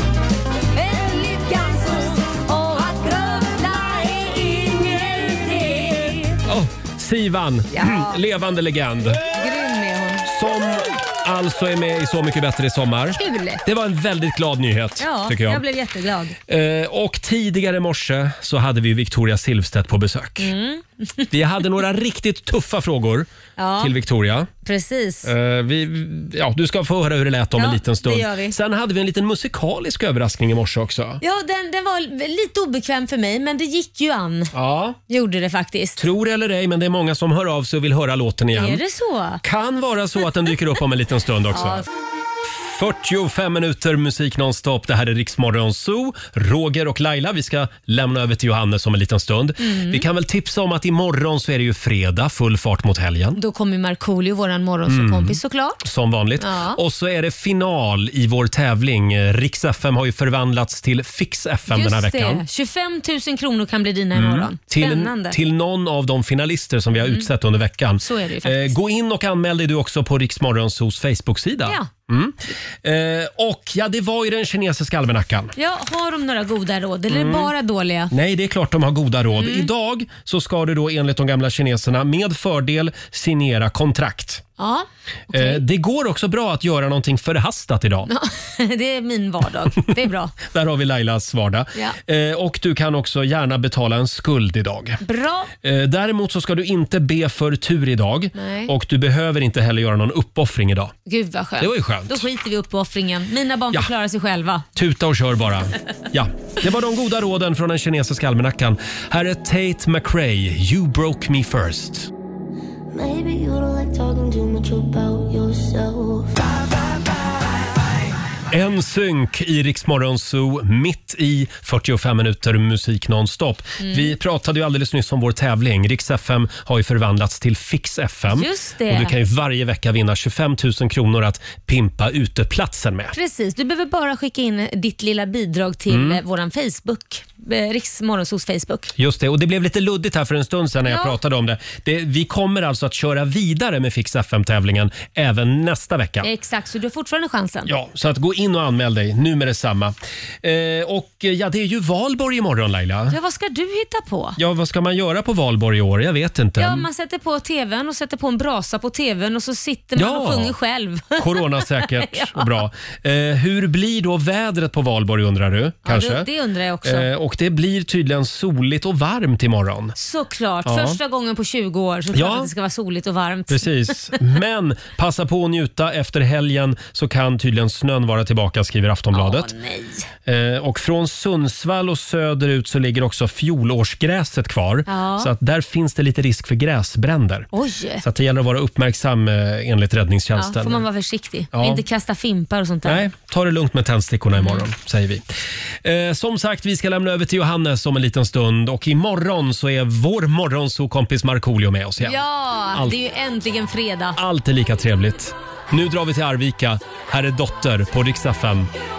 En lyckans ost. Och att grubbla är ingen idé. Sivan, levande legend. Grym är hon. Som alltså är med i Så mycket bättre i sommar. Kul. Det var en väldigt glad nyhet, tycker jag. Jag blev jätteglad. Och tidigare i morse så hade vi Victoria Silvstedt på besök. Vi hade några riktigt tuffa frågor till Victoria. Precis. Du ska få höra hur det lät om en liten stund. Det gör vi. Sen hade vi en liten musikalisk överraskning i morse också. Ja, den var lite obekväm för mig, men det gick ju an. Ja. Gjorde det faktiskt. Tror eller ej, men det är många som hör av sig och vill höra låten igen. Är det så? Kan vara så att den dyker upp om en liten stund också. Ja. 45 minuter musik nonstop. Det här är Rix Morgon Zoo. Roger och Laila. Vi ska lämna över till Johannes om en liten stund. Vi kan väl tipsa om att imorgon så är det ju fredag, full fart mot helgen. Då kommer Markoolio, våran morgonsåkompis såklart. Som vanligt. Ja. Och så är det final i vår tävling. Rix FM har ju förvandlats till Fix FM den här veckan. Det. 25 000 kronor kan bli dina imorgon. Spännande. Till någon av de finalister som vi har utsett under veckan. Så är det ju faktiskt. Gå in och anmäl dig du också på Rix Morgon Zoos Facebook-sida. Ja. Och det var ju den kinesiska almanackan. Ja, har de några goda råd eller är det bara dåliga? Nej, det är klart de har goda råd. Idag så ska du då enligt de gamla kineserna med fördel signera kontrakt. Ja, okay. Det går också bra att göra någonting förhastat idag. Det är min vardag. Det är bra. Där har vi Lailas vardag. Ja. Och du kan också gärna betala en skuld idag. Bra. Däremot så ska du inte be för tur idag. Nej. Och du behöver inte heller göra någon uppoffring idag. Gud vad skönt. Det var ju skönt. Då skiter vi i uppoffringen. Mina barn får klara sig själva. Tuta och kör bara. Ja, det var de goda råden från den kinesiska almanackan. Här är Tate McRae, You Broke Me First. Maybe you don't like talking too much about yourself. En synk i Rix Morgon Zoo mitt i 45 minuter musik nonstop. Vi pratade ju alldeles nyss om vår tävling. Rix FM har ju förvandlats till Fix FM. Just det. Och du kan ju varje vecka vinna 25 000 kronor att pimpa uteplatsen med. Precis, du behöver bara skicka in ditt lilla bidrag till våran Facebook. Rix Morgon Zoos Facebook. Just det, och det blev lite luddigt här för en stund sedan när jag pratade om det. Vi kommer alltså att köra vidare med Fix FM-tävlingen även nästa vecka. Exakt, så du har fortfarande chansen. Ja, så att gå in och anmäl dig nu med detsamma. Och det är ju valborg imorgon, Laila. Ja, vad ska du hitta på? Ja, vad ska man göra på valborg i år? Jag vet inte. Ja, man sätter på tvn och sätter på en brasa på tvn och så sitter man och sjunger själv. Coronasäkert och bra. Hur blir då vädret på valborg undrar du? Kanske? Ja, det undrar jag också. Och det blir tydligen soligt och varmt imorgon. Såklart. Ja. Första gången på 20 år så klart att det ska vara soligt och varmt. Precis. Men passa på att njuta. Efter helgen så kan tydligen snön vara tillbaka tillbaka, skriver Aftonbladet. Nej. Och från Sundsvall och söderut så ligger också fjolårsgräset kvar. Ja. Så att där finns det lite risk för gräsbränder. Oj. Så att det gäller att vara uppmärksam enligt räddningstjänsten. Ja, får man vara försiktig. Ja. Inte kasta fimpar och sånt där. Nej, ta det lugnt med tändstickorna imorgon, säger vi. Som sagt, vi ska lämna över till Johannes om en liten stund. Och imorgon så är vår morgonsokompis Markoolio med oss igen. Ja, det är ju äntligen fredag. Allt är lika trevligt. Nu drar vi till Arvika. Här är Dotter på Rix FM.